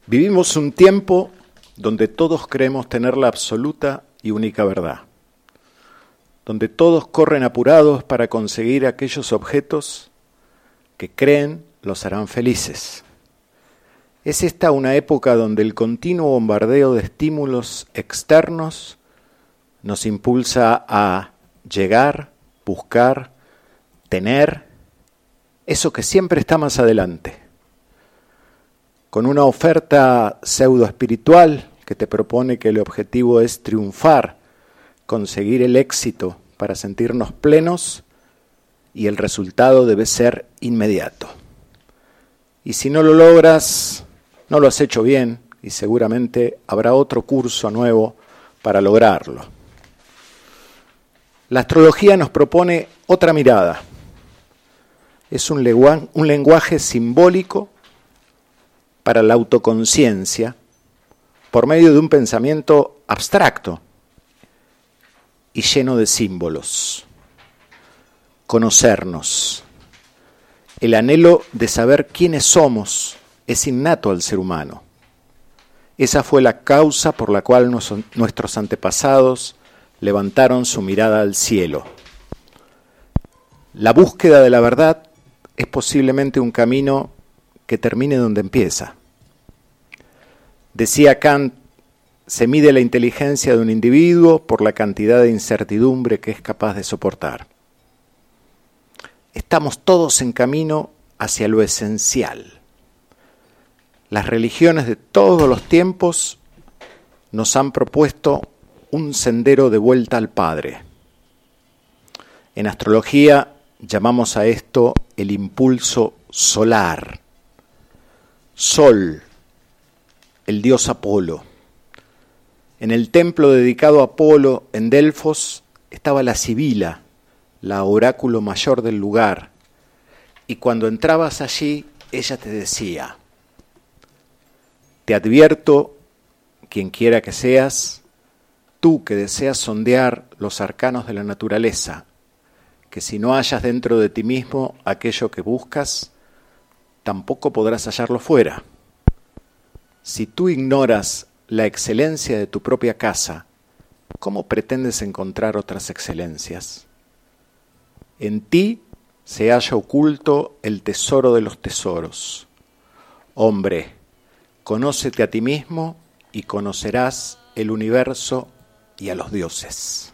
Vivimos un tiempo donde todos creemos tener la absoluta y única verdad, donde todos corren apurados para conseguir aquellos objetos que creen los harán felices. Es esta una época donde el continuo bombardeo de estímulos externos nos impulsa a llegar, buscar, tener eso que siempre está más adelante. Con una oferta pseudo-espiritual que te propone que el objetivo es triunfar, conseguir el éxito para sentirnos plenos y el resultado debe ser inmediato. Y si no lo logras, no lo has hecho bien y seguramente habrá otro curso nuevo para lograrlo. La astrología nos propone otra mirada. Es un lenguaje simbólico para la autoconciencia por medio de un pensamiento abstracto y lleno de símbolos. Conocernos. El anhelo de saber quiénes somos es innato al ser humano. Esa fue la causa por la cual nuestros antepasados levantaron su mirada al cielo. La búsqueda de la verdad es posiblemente un camino que termine donde empieza. Decía Kant, se mide la inteligencia de un individuo por la cantidad de incertidumbre que es capaz de soportar. Estamos todos en camino hacia lo esencial. Las religiones de todos los tiempos nos han propuesto un sendero de vuelta al Padre. En astrología llamamos a esto el impulso solar. Sol, el dios Apolo. En el templo dedicado a Apolo en Delfos estaba la Sibila, la oráculo mayor del lugar, y cuando entrabas allí ella te decía: te advierto, quien quiera que seas, tú que deseas sondear los arcanos de la naturaleza, que si no hallas dentro de ti mismo aquello que buscas, tampoco podrás hallarlo fuera. Si tú ignoras la excelencia de tu propia casa, ¿cómo pretendes encontrar otras excelencias? En ti se halla oculto el tesoro de los tesoros. Hombre, conócete a ti mismo y conocerás el universo y a los dioses.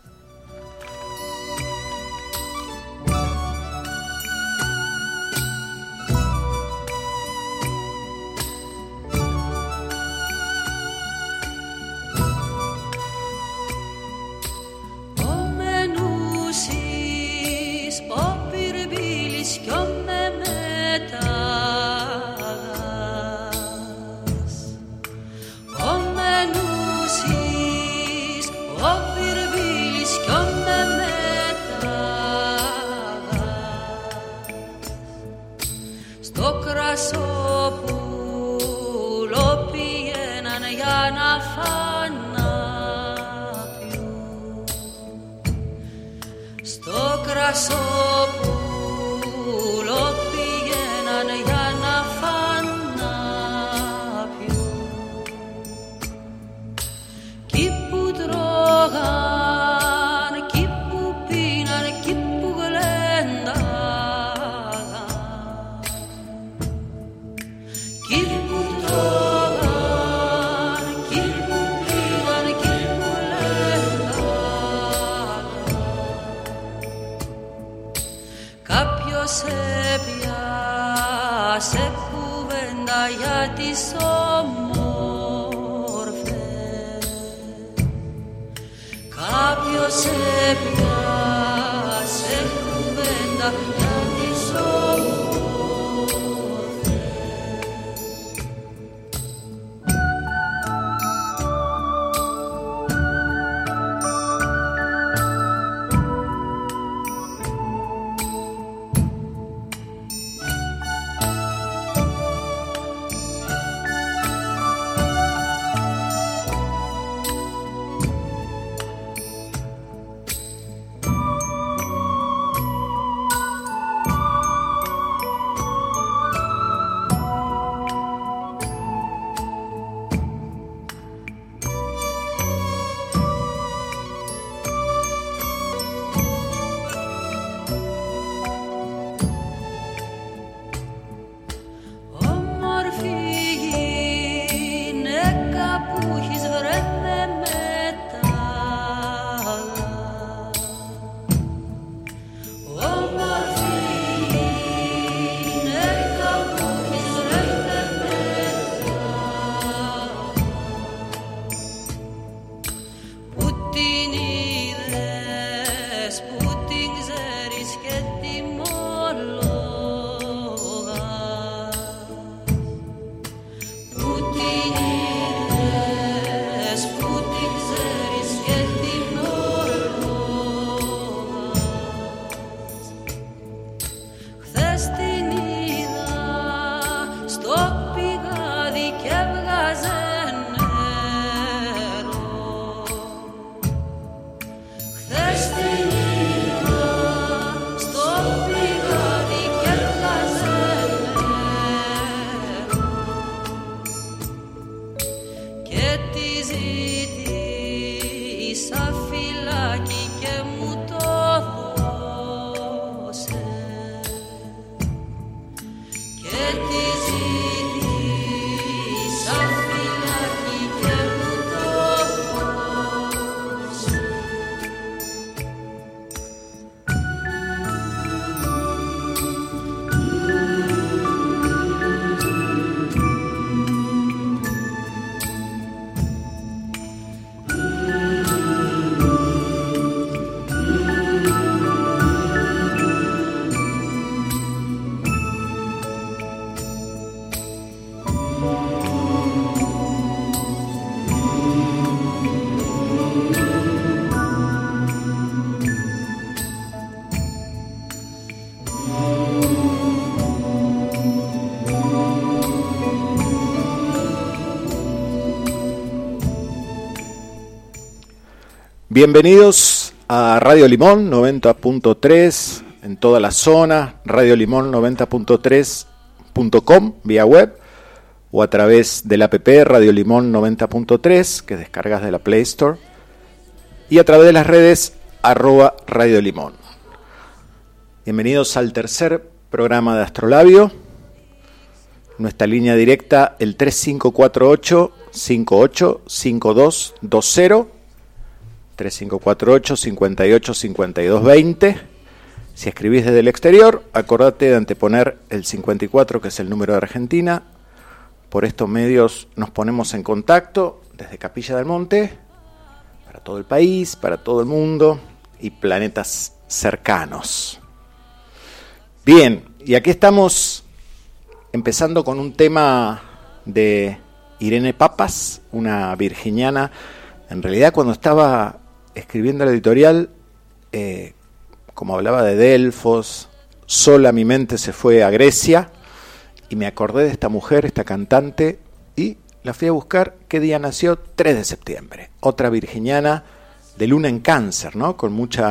Bienvenidos a Radio Limón 90.3 en toda la zona, radiolimon90.3.com vía web o a través del app Radio Limón 90.3 que descargas de la Play Store y a través de las redes @Radio Limón. Bienvenidos al tercer programa de Astrolabio. Nuestra línea directa el 3548 585220 3548 58 52 20. Si escribís desde el exterior, acordate de anteponer el 54, que es el número de Argentina. Por estos medios nos ponemos en contacto desde Capilla del Monte, para todo el país, para todo el mundo y planetas cercanos. Bien, y aquí estamos empezando con un tema de Irene Papas, una virginiana. En realidad, cuando estaba escribiendo la editorial, como hablaba de Delfos, sola mi mente se fue a Grecia y me acordé de esta mujer, esta cantante, y la fui a buscar. ¿Qué día nació? 3 de septiembre. Otra virginiana de luna en Cáncer, ¿no? Con mucho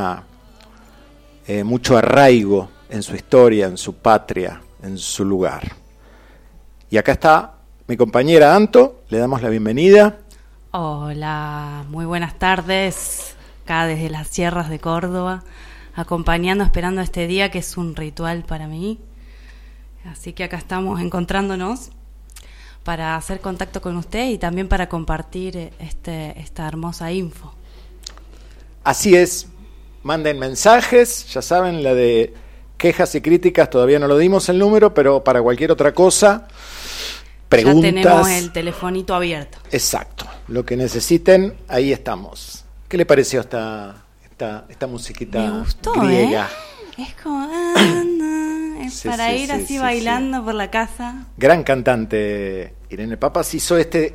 arraigo en su historia, en su patria, en su lugar. Y acá está mi compañera Anto, le damos la bienvenida. Hola, muy buenas tardes, acá desde las sierras de Córdoba, acompañando, esperando este día que es un ritual para mí. Así que acá estamos encontrándonos para hacer contacto con usted y también para compartir esta hermosa info. Así es, manden mensajes, ya saben, la de quejas y críticas, todavía no lo dimos el número, pero para cualquier otra cosa, preguntas. Ya tenemos el telefonito abierto. Exacto, lo que necesiten, ahí estamos. ¿Qué le pareció esta musiquita? Me gustó, griega? Es como... es sí, para sí, ir sí, así sí, bailando por la casa. Gran cantante Irene Papas. Hizo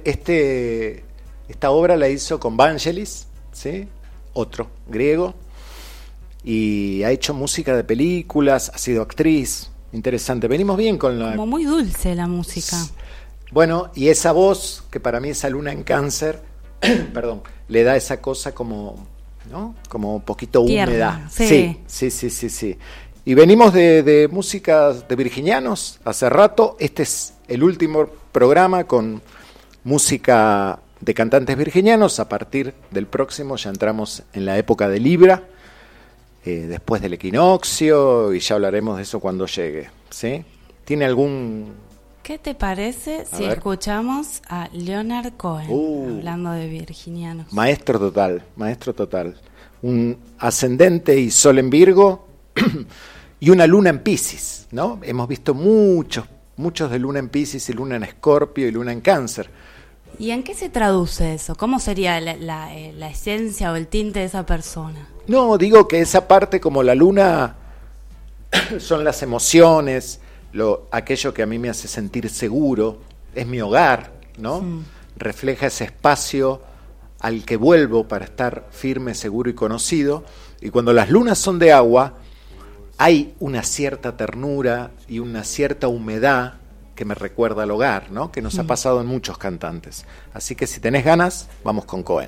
esta obra la hizo con Vangelis, ¿sí? Otro griego. Y ha hecho música de películas, ha sido actriz. Interesante. Venimos bien con la... Como muy dulce la música. Bueno, y esa voz, que para mí esa luna en Cáncer, perdón, le da esa cosa como, ¿no? Como un poquito húmeda. Sí. Sí. Y venimos de música de virginianos hace rato. Este es el último programa con música de cantantes virginianos. A partir del próximo ya entramos en la época de Libra, después del equinoccio, y ya hablaremos de eso cuando llegue, ¿sí? ¿Tiene algún...? ¿Qué te parece si escuchamos a Leonard Cohen hablando de virginianos? Maestro total. Un ascendente y sol en Virgo y una luna en Piscis, ¿no? Hemos visto muchos de luna en Piscis y luna en Escorpio y luna en Cáncer. ¿Y en qué se traduce eso? ¿Cómo sería la esencia o el tinte de esa persona? No, digo que esa parte, como la luna son las emociones, aquello que a mí me hace sentir seguro, es mi hogar, ¿no? Sí. Refleja ese espacio al que vuelvo para estar firme, seguro y conocido. Y cuando las lunas son de agua, hay una cierta ternura y una cierta humedad que me recuerda al hogar, ¿no? Que nos ha pasado en muchos cantantes. Así que si tenés ganas, vamos con Cohen.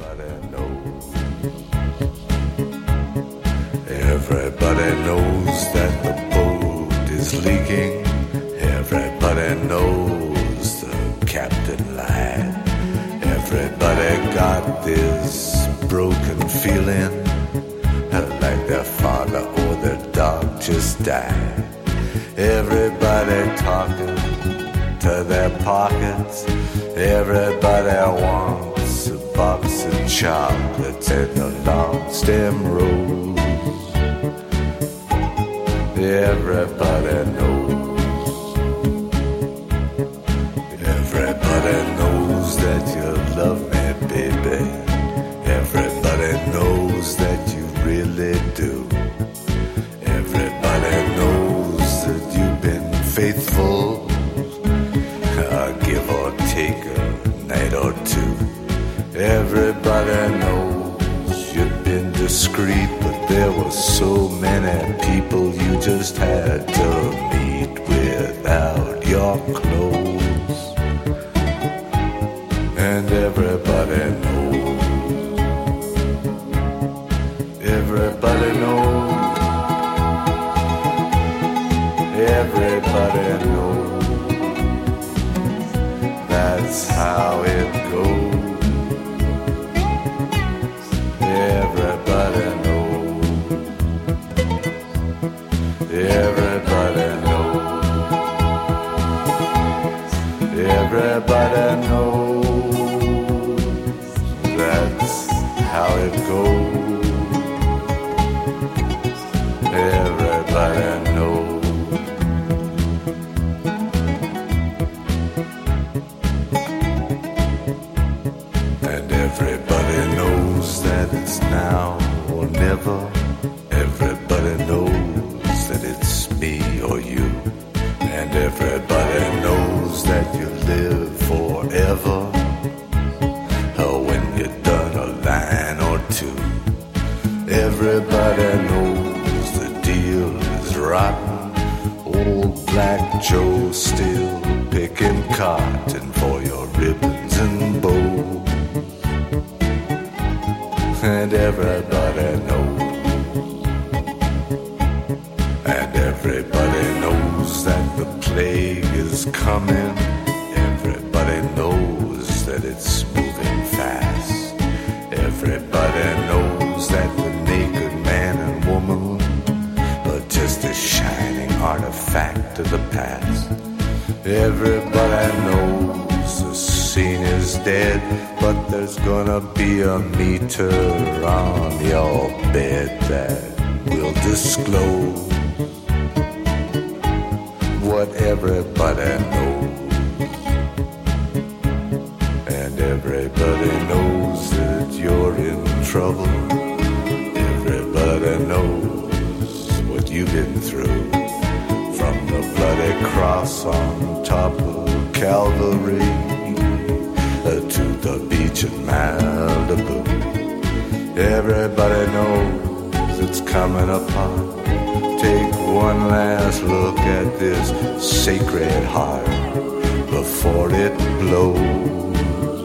Everybody knows that the boat is leaking. Everybody knows the captain lied. Everybody got this broken feeling, like their father or their dog just died. Everybody talking to their pockets. Everybody wants a box of chocolates and a long stem rose. Everybody knows. Everybody knows that you love me, baby. Everybody knows that you really do. Everybody knows that you've been faithful, give or take a night or two. Everybody knows you've been discreet, but there were so many people you just had to meet without your clothes. And everybody knows Everybody knows. Everybody knows. That's how it goes. Everybody knows. Everybody knows. Everybody knows. That's how it goes. Everybody knows. And everybody knows that it's now or never. Everybody knows that it's me or you. And everybody knows that you live forever. Or when you're done a line or two. Everybody knows the deal is rotten. Old Black Joe still picking cotton for your ribbons and bows. And everybody knows. And everybody knows that the plague is coming. Everybody knows that it's moving fast. Everybody knows that the naked man and woman are just a shining artifact of the past. Everybody knows the scene is dead, but there's gonna be a meter on your bed that will disclose what everybody knows. And everybody knows that you're in trouble. Everybody knows what you've been through. From the bloody cross on top of Calvary to the beach in Malibu. Everybody knows it's coming upon. Take one last look at this sacred heart before it blows.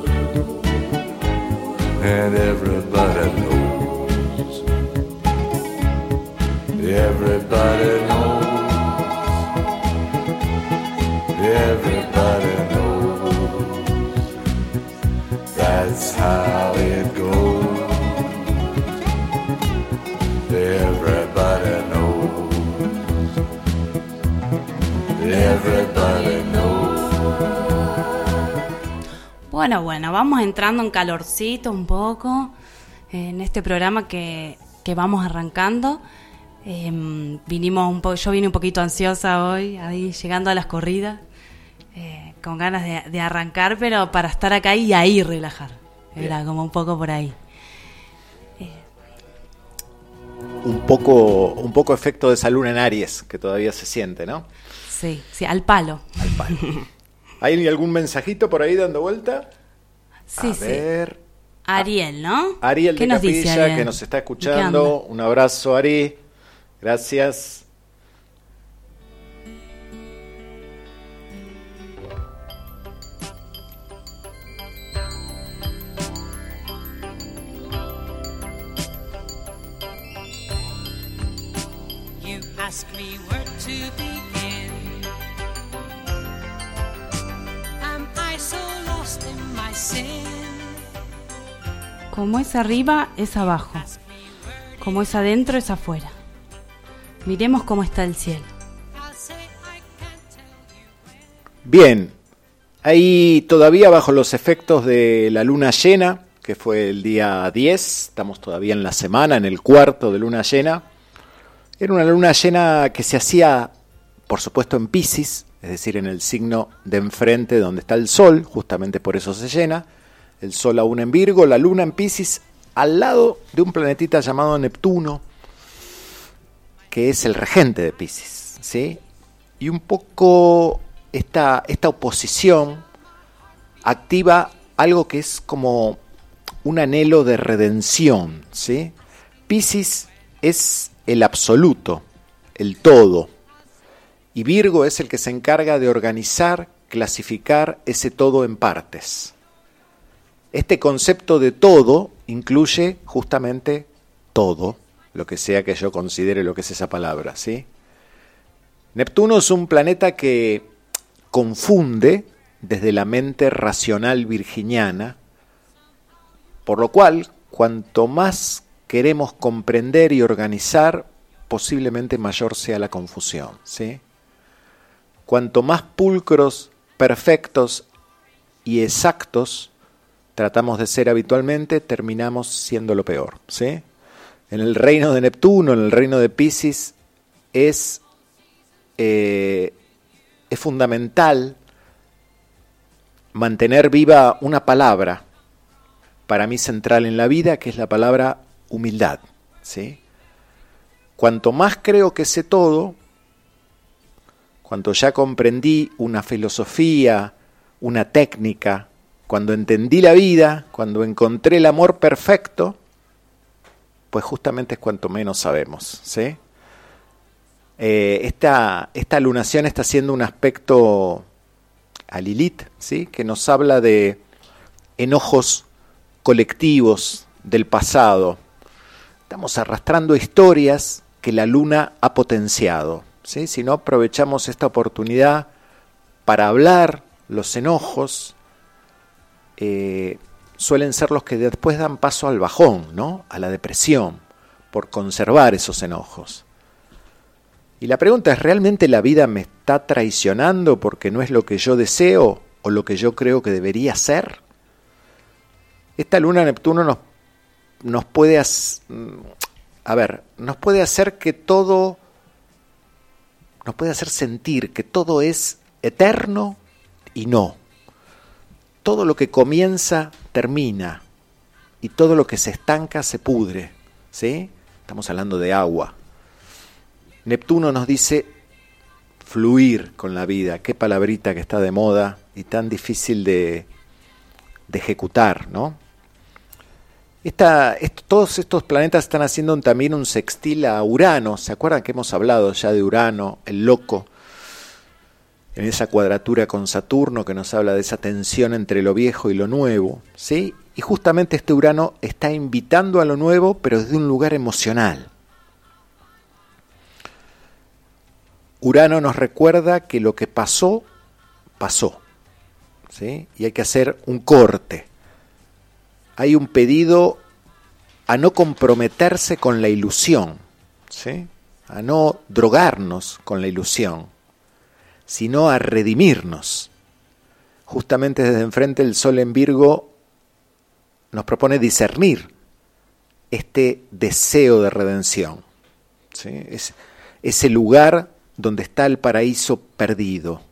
And everybody knows. Everybody knows. Everybody knows. That's how it goes. Everybody knows. Everybody knows. Bueno, vamos entrando en calorcito un poco en este programa que vamos arrancando. Yo vine un poquito ansiosa hoy, ahí llegando a las corridas, con ganas de arrancar, pero para estar acá y ahí relajar. Era como un poco por ahí. Un poco efecto de esa luna en Aries que todavía se siente, ¿no? Sí, al palo. Al palo. ¿Hay algún mensajito por ahí dando vuelta? Sí, A ver. Ariel, ¿no? Ariel de nos dice, Capilla, Ariel? que nos está escuchando. Un abrazo, Ari. Gracias. You ask me where to begin. Am I so lost in my sin? Como es arriba, es abajo. Como es adentro, es afuera. Miremos cómo está el cielo. Bien, ahí todavía bajo los efectos de la luna llena, que fue el día 10, estamos todavía en la semana, en el cuarto de luna llena. Era una luna llena que se hacía, por supuesto, en Piscis, es decir, en el signo de enfrente donde está el Sol, justamente por eso se llena. El Sol aún en Virgo, la luna en Piscis, al lado de un planetita llamado Neptuno, que es el regente de Piscis, ¿sí? Y un poco esta oposición activa algo que es como un anhelo de redención, ¿sí? Piscis es el absoluto, el todo, y Virgo es el que se encarga de organizar, clasificar ese todo en partes. Este concepto de todo incluye justamente todo, lo que sea que yo considere lo que es esa palabra, ¿sí? Neptuno es un planeta que confunde desde la mente racional virginiana, por lo cual, cuanto más queremos comprender y organizar, posiblemente mayor sea la confusión, ¿sí? Cuanto más pulcros, perfectos y exactos tratamos de ser habitualmente, terminamos siendo lo peor, ¿sí? En el reino de Neptuno, en el reino de Piscis, es fundamental mantener viva una palabra para mí central en la vida, que es la palabra humildad, ¿sí? Cuanto más creo que sé todo, cuando ya comprendí una filosofía, una técnica, cuando entendí la vida, cuando encontré el amor perfecto, pues justamente es cuanto menos sabemos, ¿sí? Esta lunación está haciendo un aspecto a Lilith, ¿sí? Que nos habla de enojos colectivos del pasado. Estamos arrastrando historias que la luna ha potenciado, ¿sí? Si no aprovechamos esta oportunidad para hablar, los enojos suelen ser los que después dan paso al bajón, ¿no? A la depresión, por conservar esos enojos. Y la pregunta es, ¿realmente la vida me está traicionando porque no es lo que yo deseo o lo que yo creo que debería ser? Esta luna Neptuno nos puede hacer que todo, nos puede hacer sentir que todo es eterno y no. Todo lo que comienza, termina. Y todo lo que se estanca, se pudre, ¿sí? Estamos hablando de agua. Neptuno nos dice fluir con la vida. Qué palabrita que está de moda y tan difícil de ejecutar, ¿no? Todos estos planetas están haciendo también un sextil a Urano. ¿Se acuerdan que hemos hablado ya de Urano, el loco? En esa cuadratura con Saturno que nos habla de esa tensión entre lo viejo y lo nuevo, ¿sí? Y justamente este Urano está invitando a lo nuevo, pero desde un lugar emocional. Urano nos recuerda que lo que pasó, pasó, ¿sí? Y hay que hacer un corte. Hay un pedido a no comprometerse con la ilusión, ¿sí? A no drogarnos con la ilusión, sino a redimirnos. Justamente desde enfrente el Sol en Virgo nos propone discernir este deseo de redención, ¿sí? Es ese lugar donde está el paraíso perdido.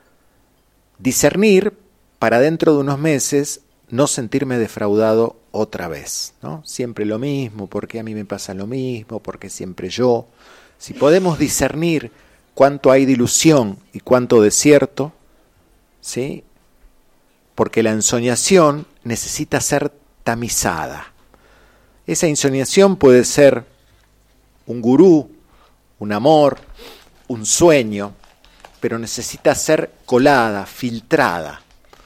Discernir para dentro de unos meses no sentirme defraudado otra vez, ¿no? Siempre lo mismo, porque a mí me pasa lo mismo, porque siempre yo. Si podemos discernir cuánto hay de ilusión y cuánto de cierto, ¿sí? Porque la ensoñación necesita ser tamizada. Esa ensoñación puede ser un gurú, un amor, un sueño, pero necesita ser colada, filtrada.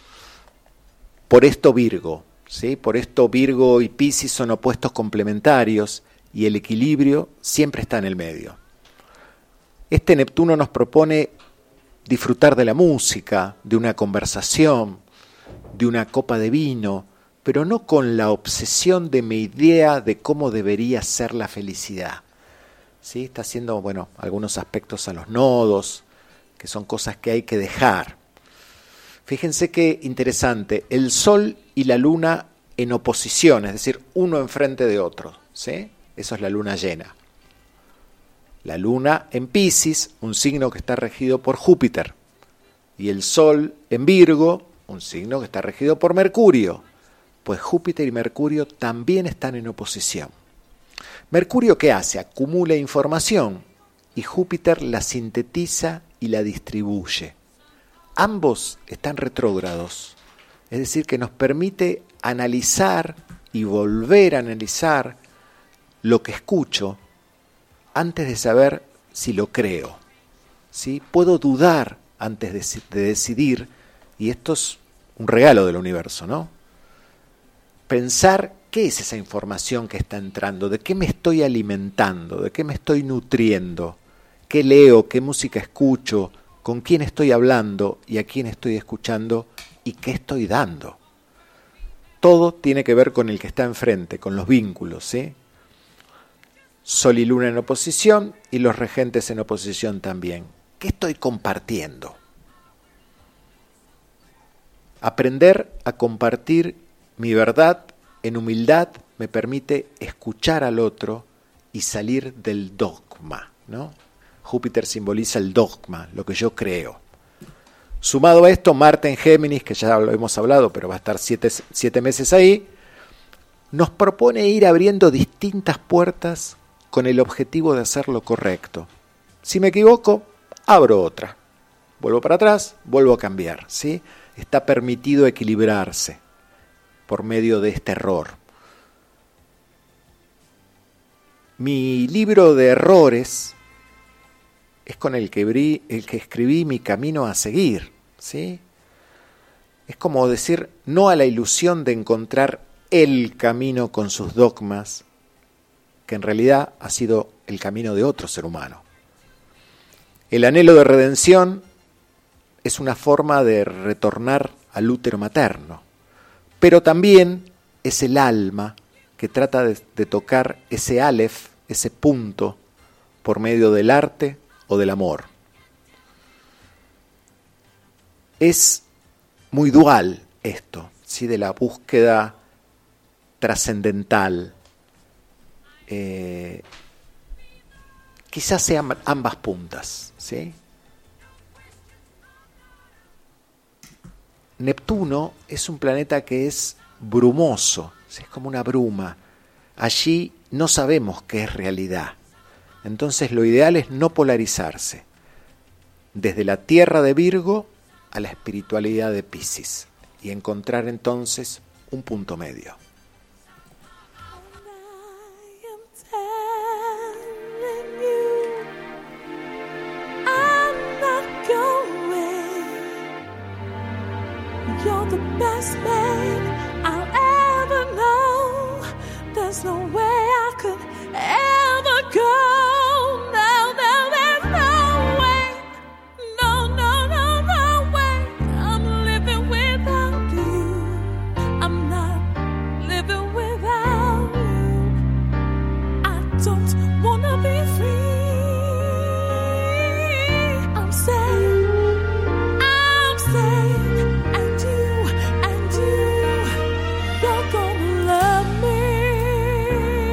Por esto Virgo, ¿sí? Por esto Virgo y Piscis son opuestos complementarios y el equilibrio siempre está en el medio. Este Neptuno nos propone disfrutar de la música, de una conversación, de una copa de vino, pero no con la obsesión de mi idea de cómo debería ser la felicidad. ¿Sí? Está haciendo, algunos aspectos a los nodos, que son cosas que hay que dejar. Fíjense qué interesante, el Sol y la Luna en oposición, es decir, uno enfrente de otro, ¿sí? Eso es la luna llena. La Luna en Piscis, un signo que está regido por Júpiter, y el Sol en Virgo, un signo que está regido por Mercurio, pues Júpiter y Mercurio también están en oposición. Mercurio, ¿qué hace? Acumula información y Júpiter la sintetiza y la distribuye. Ambos están retrógrados, es decir, que nos permite analizar y volver a analizar lo que escucho antes de saber si lo creo, ¿sí? Puedo dudar antes de decidir, y esto es un regalo del universo, ¿no? Pensar ¿Qué es esa información que está entrando? ¿De qué me estoy alimentando? ¿De qué me estoy nutriendo? ¿Qué leo? ¿Qué música escucho? ¿Con quién estoy hablando? ¿Y a quién estoy escuchando? ¿Y qué estoy dando? Todo tiene que ver con el que está enfrente, con los vínculos, ¿sí? Sol y luna en oposición y los regentes en oposición también. ¿Qué estoy compartiendo? Aprender a compartir mi verdad en humildad me permite escuchar al otro y salir del dogma, ¿no? Júpiter simboliza el dogma, lo que yo creo. Sumado a esto, Marte en Géminis, que ya lo hemos hablado, pero va a estar 7 meses ahí, nos propone ir abriendo distintas puertas con el objetivo de hacer lo correcto. Si me equivoco, abro otra. Vuelvo para atrás, vuelvo a cambiar, ¿sí? Está permitido equilibrarse por medio de este error. Mi libro de errores es con el que escribí mi camino a seguir, ¿sí? Es como decir no a la ilusión de encontrar el camino con sus dogmas, que en realidad ha sido el camino de otro ser humano. El anhelo de redención es una forma de retornar al útero materno, pero también es el alma que trata de tocar ese aleph, ese punto, por medio del arte o del amor. Es muy dual esto, ¿sí? De la búsqueda trascendental. Quizás sean ambas puntas, ¿sí? Neptuno es un planeta que es brumoso, ¿sí? Es como una bruma. Allí no sabemos qué es realidad. Entonces lo ideal es no polarizarse. Desde la tierra de Virgo a la espiritualidad de Piscis. Y encontrar entonces un punto medio. You're the best man I'll ever know. There's no way I could ever go. No, no, there's no way. No, no, no, no way. I'm living without you. I'm not living without you. I don't wanna be free. I'm saying, and you, you're gonna love me.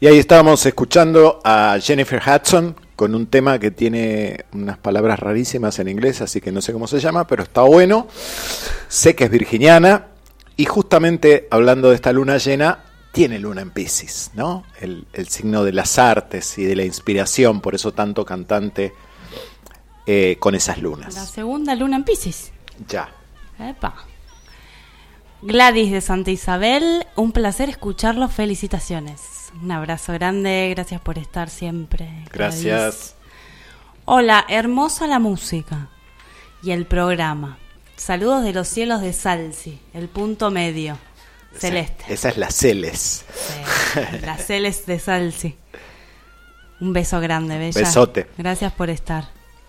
Y ahí estábamos escuchando a Jennifer Hudson con un tema que tiene unas palabras rarísimas en inglés, así que no sé cómo se llama, pero está bueno. Sé que es virginiana y justamente hablando de esta luna llena, tiene luna en Piscis, ¿no? El signo de las artes y de la inspiración, por eso tanto cantante con esas lunas. La segunda luna en Piscis. Ya. Epa. Gladys de Santa Isabel, un placer escucharlo, felicitaciones. Un abrazo grande, gracias por estar siempre. Gladys. Gracias. Hola, hermosa la música y el programa. Saludos de los cielos de Salsi, el punto medio, celeste. Esa es la Celes. Sí, la Celes de Salsi. Un beso grande, bella. Besote. Gracias por estar.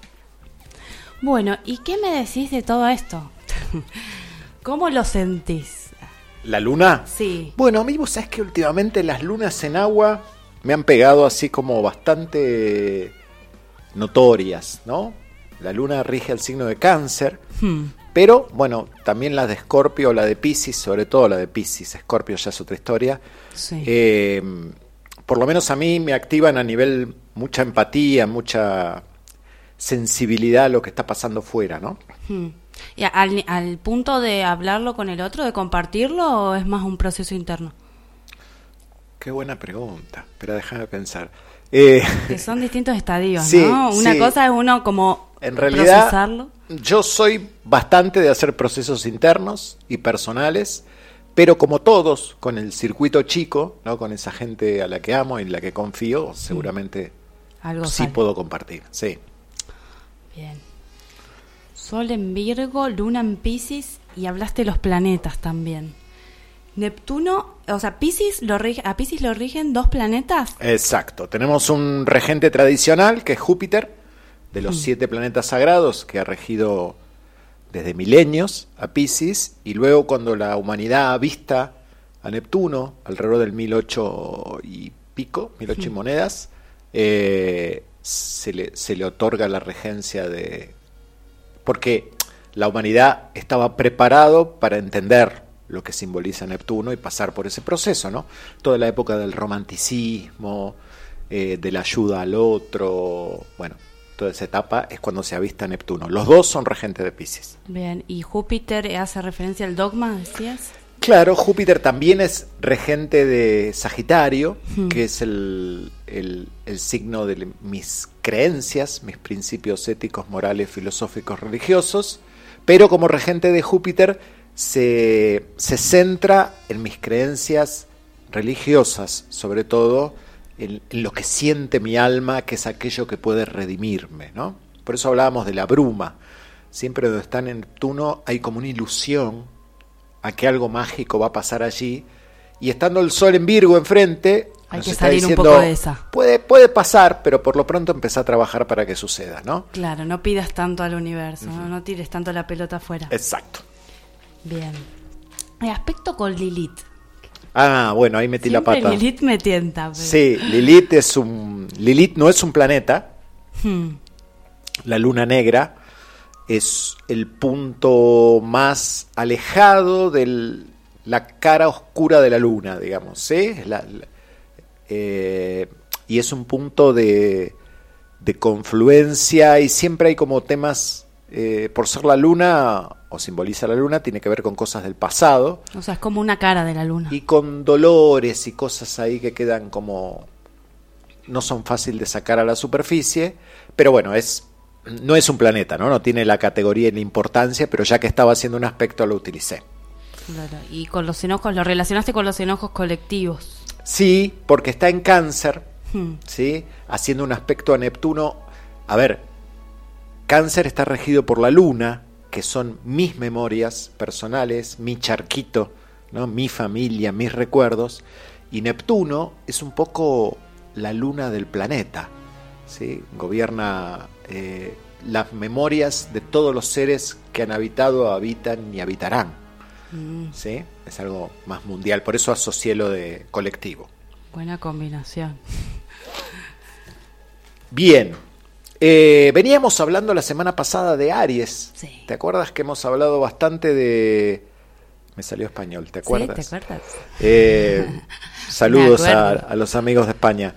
Bueno, ¿y qué me decís de todo esto? ¿Cómo lo sentís? ¿La luna? Sí. Bueno, a mí vos sabés que últimamente las lunas en agua me han pegado así como bastante notorias, ¿no? La luna rige el signo de Cáncer, pero bueno, también la de Escorpio, la de Piscis, sobre todo la de Piscis, Escorpio ya es otra historia. Sí. Por lo menos a mí me activan a nivel mucha empatía, mucha sensibilidad a lo que está pasando fuera, ¿no? ¿Y al punto de hablarlo con el otro, de compartirlo, o es más un proceso interno? Qué buena pregunta, pero déjame pensar. Que son distintos estadios, sí, ¿no? Una sí. cosa es uno como en realidad, procesarlo. Yo soy bastante de hacer procesos internos y personales, pero como todos, con el circuito chico, ¿no? Con esa gente a la que amo y en la que confío, seguramente Algo sí sale. puedo compartir, sí. Bien. Sol en Virgo, Luna en Piscis, y hablaste de los planetas también. Neptuno, o sea, ¿a Piscis lo rigen dos planetas? Exacto, tenemos un regente tradicional que es Júpiter, de los 7 planetas sagrados, que ha regido desde milenios a Piscis, y luego cuando la humanidad avista a Neptuno, alrededor del 1008 y pico, 1008 y monedas, se le otorga la regencia de... Porque la humanidad estaba preparado para entender lo que simboliza Neptuno y pasar por ese proceso, ¿no? Toda la época del romanticismo, de la ayuda al otro, bueno, toda esa etapa es cuando se avista Neptuno. Los dos son regentes de Piscis. Bien, ¿y Júpiter hace referencia al dogma, decías? Claro, Júpiter también es regente de Sagitario, que es el signo de mis creencias, mis principios éticos, morales, filosóficos, religiosos, pero como regente de Júpiter se centra en mis creencias religiosas, sobre todo en lo que siente mi alma, que es aquello que puede redimirme, ¿no? Por eso hablábamos de la bruma. Siempre donde está en Neptuno hay como una ilusión a que algo mágico va a pasar allí, y estando el Sol en Virgo enfrente, hay nos que está salir diciendo, un poco de esa. Puede pasar, pero por lo pronto empezá a trabajar para que suceda, ¿no? Claro, no pidas tanto al universo, no tires tanto la pelota afuera. Exacto. Bien. El aspecto con Lilith. Ah, bueno, ahí metí Siempre la pata. Lilith me tienta. Pero... Sí, Lilith no es un planeta. La luna negra es el punto más alejado de la cara oscura de la luna, digamos, ¿sí? Y es un punto de confluencia, y siempre hay como temas, por ser la luna, o simboliza la luna, tiene que ver con cosas del pasado. O sea, es como una cara de la luna. Y con dolores y cosas ahí que quedan como... no son fáciles de sacar a la superficie, pero bueno, no es un planeta, ¿no? No tiene la categoría y la importancia, pero ya que estaba haciendo un aspecto lo utilicé. Claro. Y con los enojos, lo relacionaste con los enojos colectivos. Sí, porque está en Cáncer, ¿sí? Haciendo un aspecto a Neptuno. A ver, Cáncer está regido por la luna, que son mis memorias personales, mi charquito, ¿no? Mi familia, mis recuerdos, y Neptuno es un poco la luna del planeta, ¿sí? Gobierna las memorias de todos los seres que han habitado, habitan y habitarán, ¿sí? Es algo más mundial, por eso asocié lo de colectivo. Buena combinación. Bien, veníamos hablando la semana pasada de Aries. Sí. ¿Te acuerdas que hemos hablado bastante de Me salió español, ¿te acuerdas? Sí, ¿te acuerdas? Saludos Me acuerdo. a los amigos de España.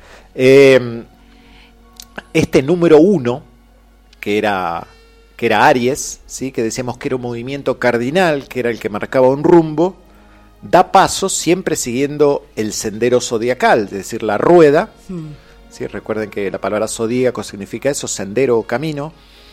Este número 1, que era Aries, ¿sí? Que decíamos que era un movimiento cardinal, que era el que marcaba un rumbo, da paso siempre siguiendo el sendero zodiacal, es decir, la rueda. ¿Sí? Recuerden que la palabra zodíaco significa eso, sendero o camino.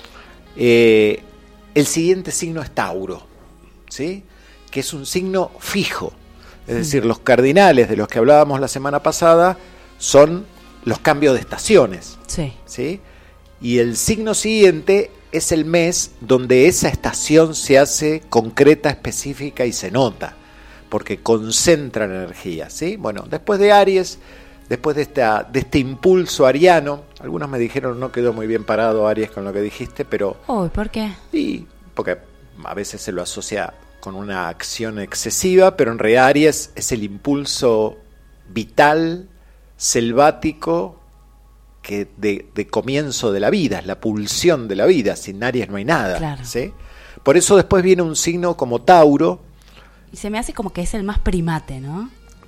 El siguiente signo es Tauro, ¿sí? Que es un signo fijo. Es decir, los cardinales de los que hablábamos la semana pasada son los cambios de estaciones. Sí. ¿Sí? Y el signo siguiente es el mes donde esa estación se hace concreta, específica y se nota, porque concentra la energía, ¿sí? Bueno, después de Aries, después de este impulso ariano, algunos me dijeron no quedó muy bien parado Aries con lo que dijiste, pero... Uy, ¿por qué? Y porque a veces se lo asocia con una acción excesiva, pero en realidad Aries es el impulso vital, selvático, que de comienzo de la vida, es la pulsión de la vida. Sin Aries no hay nada, Claro. ¿sí? Por eso después viene un signo como Tauro. Y se me hace como que es el más primate, ¿no?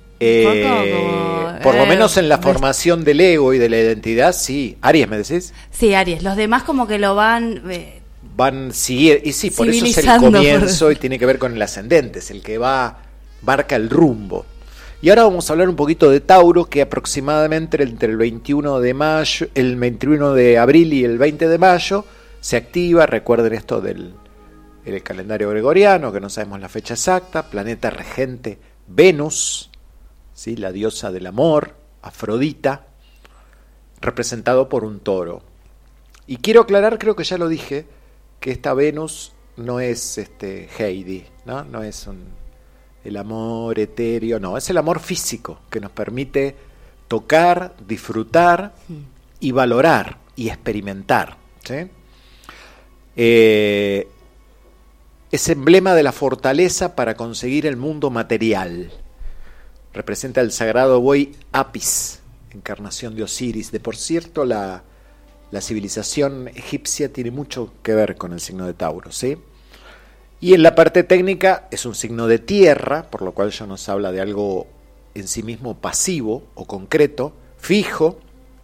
Por lo menos en la formación del ego y de la identidad, sí. Aries, ¿me decís? Sí, Aries. Los demás como que lo van... Van siguiendo, y sí, por eso es el civilizando, comienzo y tiene que ver con el ascendente, es el que marca el rumbo. Y ahora vamos a hablar un poquito de Tauro, que aproximadamente entre el 21 de abril y el 20 de mayo se activa. Recuerden esto del calendario gregoriano, que no sabemos la fecha exacta. Planeta regente Venus, ¿sí? La diosa del amor, Afrodita, representado por un toro. Y quiero aclarar, creo que ya lo dije, que esta Venus no es Heidi, no es el amor etéreo, no, es el amor físico que nos permite tocar, disfrutar y valorar y experimentar, ¿sí? Es emblema de la fortaleza para conseguir el mundo material. Representa el sagrado buey Apis, encarnación de Osiris. De por cierto, la civilización egipcia tiene mucho que ver con el signo de Tauro, ¿sí? Y en la parte técnica es un signo de tierra, por lo cual ya nos habla de algo en sí mismo pasivo o concreto, fijo,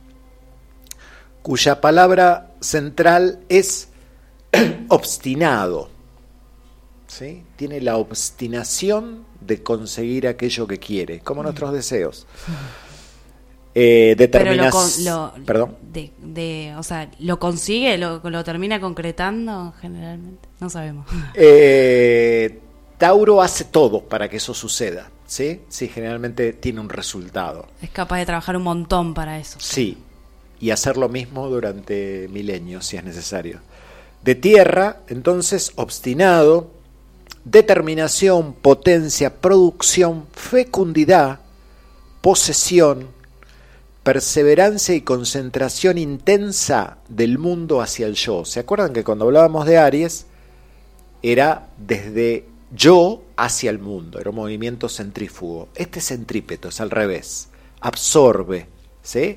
cuya palabra central es obstinado, ¿sí? Tiene la obstinación de conseguir aquello que quiere, como nuestros deseos. Perdón. O sea, ¿lo consigue? ¿Lo termina concretando generalmente? No sabemos. Tauro hace todo para que eso suceda, ¿sí? Sí, generalmente tiene un resultado. Es capaz de trabajar un montón para eso. Sí, y hacer lo mismo durante milenios, si es necesario. De tierra, entonces, obstinado, determinación, potencia, producción, fecundidad, posesión, perseverancia y concentración intensa del mundo hacia el yo. ¿Se acuerdan que cuando hablábamos de Aries era desde yo hacia el mundo? Era un movimiento centrífugo. Este es centrípeto, es al revés. Absorbe, ¿sí?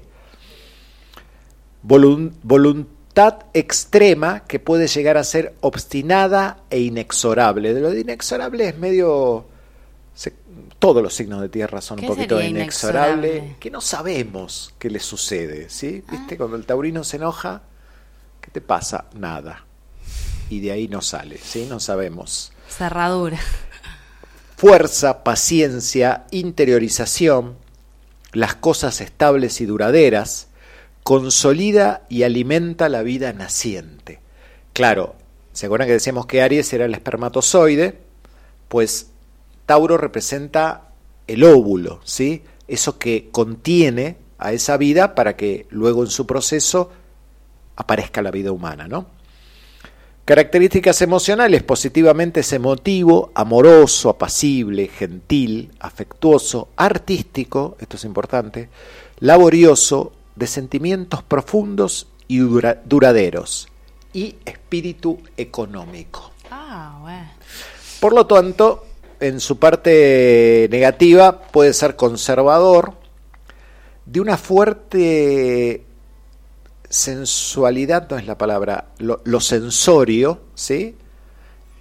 Voluntad extrema que puede llegar a ser obstinada e inexorable. De lo de inexorable es medio... Todos los signos de tierra son un poquito inexorables, que no sabemos qué les sucede, ¿sí? ¿Viste? Cuando el taurino se enoja, ¿qué te pasa? Nada. Y de ahí no sale, ¿sí? No sabemos. Cerradura. Fuerza, paciencia, interiorización, las cosas estables y duraderas, consolida y alimenta la vida naciente. Claro, ¿se acuerdan que decíamos que Aries era el espermatozoide? Pues Tauro representa el óvulo, ¿sí? Eso que contiene a esa vida para que luego en su proceso aparezca la vida humana, ¿no? Características emocionales: positivamente es emotivo, amoroso, apacible, gentil, afectuoso, artístico, esto es importante, laborioso, de sentimientos profundos y duraderos, y espíritu económico. Bueno. Por lo tanto, en su parte negativa puede ser conservador, de una fuerte sensualidad, no es la palabra, lo sensorio, ¿sí?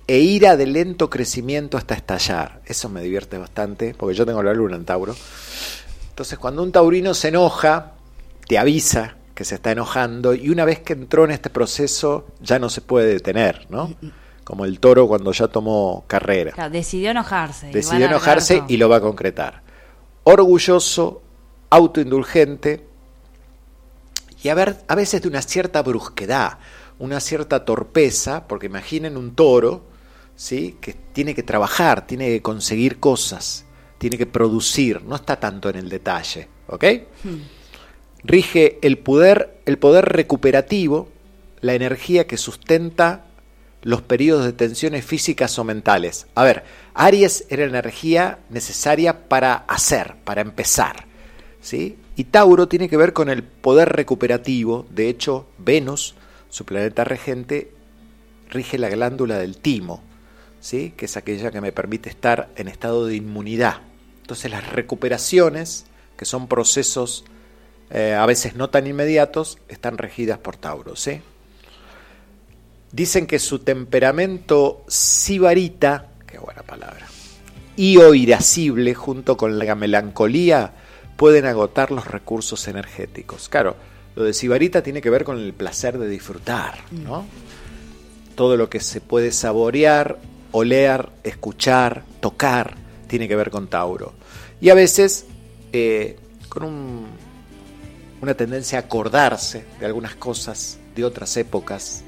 e ira de lento crecimiento hasta estallar. Eso me divierte bastante, porque yo tengo la luna en Tauro. Entonces, cuando un taurino se enoja, te avisa que se está enojando, y una vez que entró en este proceso, ya no se puede detener, ¿no? Como el toro cuando ya tomó carrera. Claro, decidió enojarse. Decidió enojarse y lo va a concretar. Orgulloso, autoindulgente, y a veces de una cierta brusquedad, una cierta torpeza, porque imaginen un toro, ¿sí?, que tiene que trabajar, tiene que conseguir cosas, tiene que producir, no está tanto en el detalle, ¿ok? Rige el poder recuperativo, la energía que sustenta los periodos de tensiones físicas o mentales. A ver, Aries era la energía necesaria para hacer, para empezar, ¿sí? Y Tauro tiene que ver con el poder recuperativo. De hecho, Venus, su planeta regente, rige la glándula del timo, ¿sí?, que es aquella que me permite estar en estado de inmunidad. Entonces las recuperaciones, que son procesos a veces no tan inmediatos, están regidas por Tauro, ¿sí? Dicen que su temperamento sibarita, qué buena palabra, y o irascible, junto con la melancolía, pueden agotar los recursos energéticos. Claro, lo de sibarita tiene que ver con el placer de disfrutar, ¿no? Todo lo que se puede saborear, oler, escuchar, tocar, tiene que ver con Tauro. Y a veces con una tendencia a acordarse de algunas cosas de otras épocas.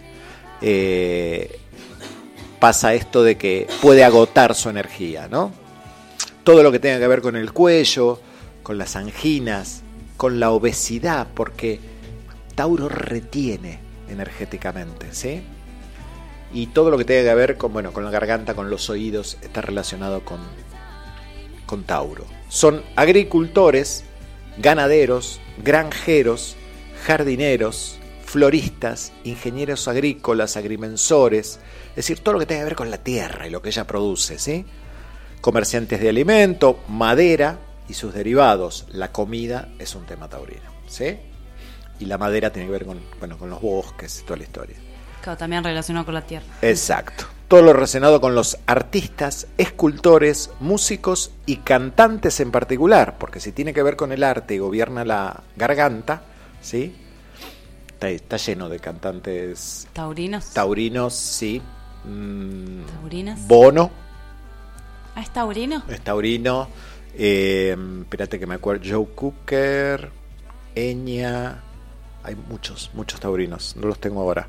Pasa esto de que puede agotar su energía, ¿no? Todo lo que tenga que ver con el cuello, con las anginas, con la obesidad, porque Tauro retiene energéticamente, ¿sí? Y todo lo que tenga que ver con, bueno, con la garganta, con los oídos, está relacionado con Tauro. Son agricultores, ganaderos, granjeros, jardineros, floristas, ingenieros agrícolas, agrimensores, es decir, todo lo que tenga que ver con la tierra y lo que ella produce, ¿sí? Comerciantes de alimento, madera y sus derivados. La comida es un tema taurino, ¿sí? Y la madera tiene que ver con los bosques y toda la historia. Claro, también relacionado con la tierra. Exacto. Todo lo relacionado con los artistas, escultores, músicos y cantantes en particular, porque si tiene que ver con el arte y gobierna la garganta, ¿sí? Está lleno de cantantes taurinos, sí. ¿Taurinas? Bono. ¿Ah, es taurino? Es taurino. Espérate que me acuerdo. Joe Cooker, Enya. Hay muchos taurinos. No los tengo ahora.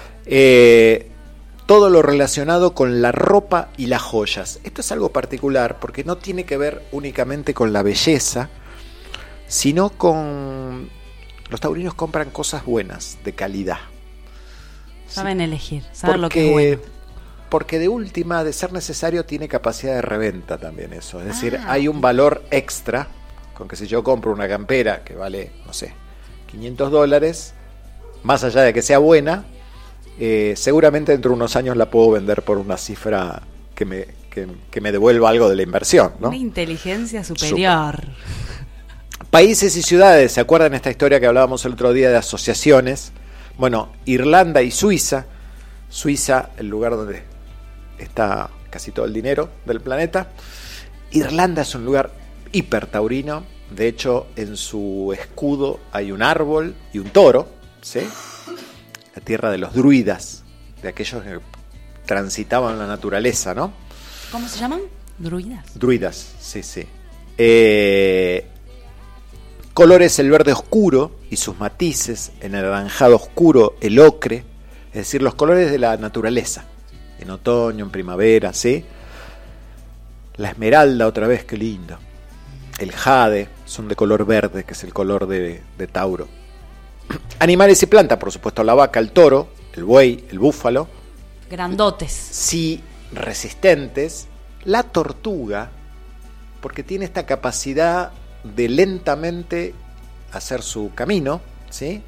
Todo lo relacionado con la ropa y las joyas. Esto es algo particular porque no tiene que ver únicamente con la belleza, sino con... Los taurinos compran cosas buenas, de calidad. Saben elegir, saben lo que es bueno. Porque de última, de ser necesario, tiene capacidad de reventa también eso. Es decir, hay un valor extra con que si yo compro una campera que vale, no sé, $500, más allá de que sea buena, seguramente dentro de unos años la puedo vender por una cifra que me devuelva algo de la inversión, ¿no? Una inteligencia superior. Países y ciudades, ¿se acuerdan esta historia que hablábamos el otro día de asociaciones? Bueno, Irlanda y Suiza. Suiza, el lugar donde está casi todo el dinero del planeta. Irlanda es un lugar hiper taurino. De hecho, en su escudo hay un árbol y un toro, ¿sí? La tierra de los druidas, de aquellos que transitaban la naturaleza, ¿no? ¿Cómo se llaman? ¿Druidas? Druidas, sí. Colores: el verde oscuro y sus matices, en el anaranjado oscuro, el ocre, es decir, los colores de la naturaleza, en otoño, en primavera, ¿sí? La esmeralda, otra vez, qué lindo. El jade, son de color verde, que es el color de Tauro. Animales y plantas, por supuesto, la vaca, el toro, el buey, el búfalo. Grandotes. Sí, resistentes. La tortuga, porque tiene esta capacidad de lentamente hacer su camino, ¿sí?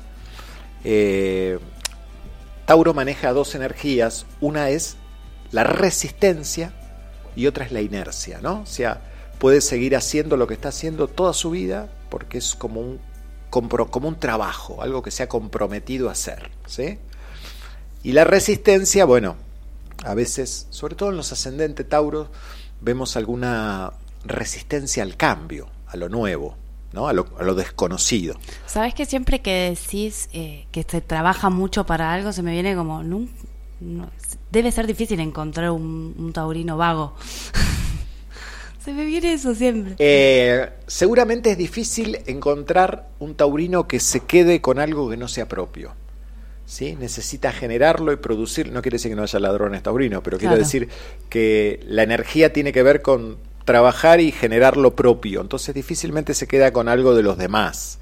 Tauro maneja dos energías, una es la resistencia y otra es la inercia, ¿no? O sea, puede seguir haciendo lo que está haciendo toda su vida porque es como un trabajo, algo que se ha comprometido a hacer, ¿sí? Y la resistencia, bueno, A veces, sobre todo en los ascendentes Tauro, vemos alguna resistencia al cambio, a lo nuevo, ¿no? a lo desconocido. ¿Sabes que siempre que decís que se trabaja mucho para algo, se me viene como... debe ser difícil encontrar un taurino vago. Se me viene eso siempre. Seguramente es difícil encontrar un taurino que se quede con algo que no sea propio. ¿Sí? Necesita generarlo y producir. No quiere decir que no haya ladrones taurinos, pero quiero decir que la energía tiene que ver con trabajar y generar lo propio. Entonces difícilmente se queda con algo de los demás.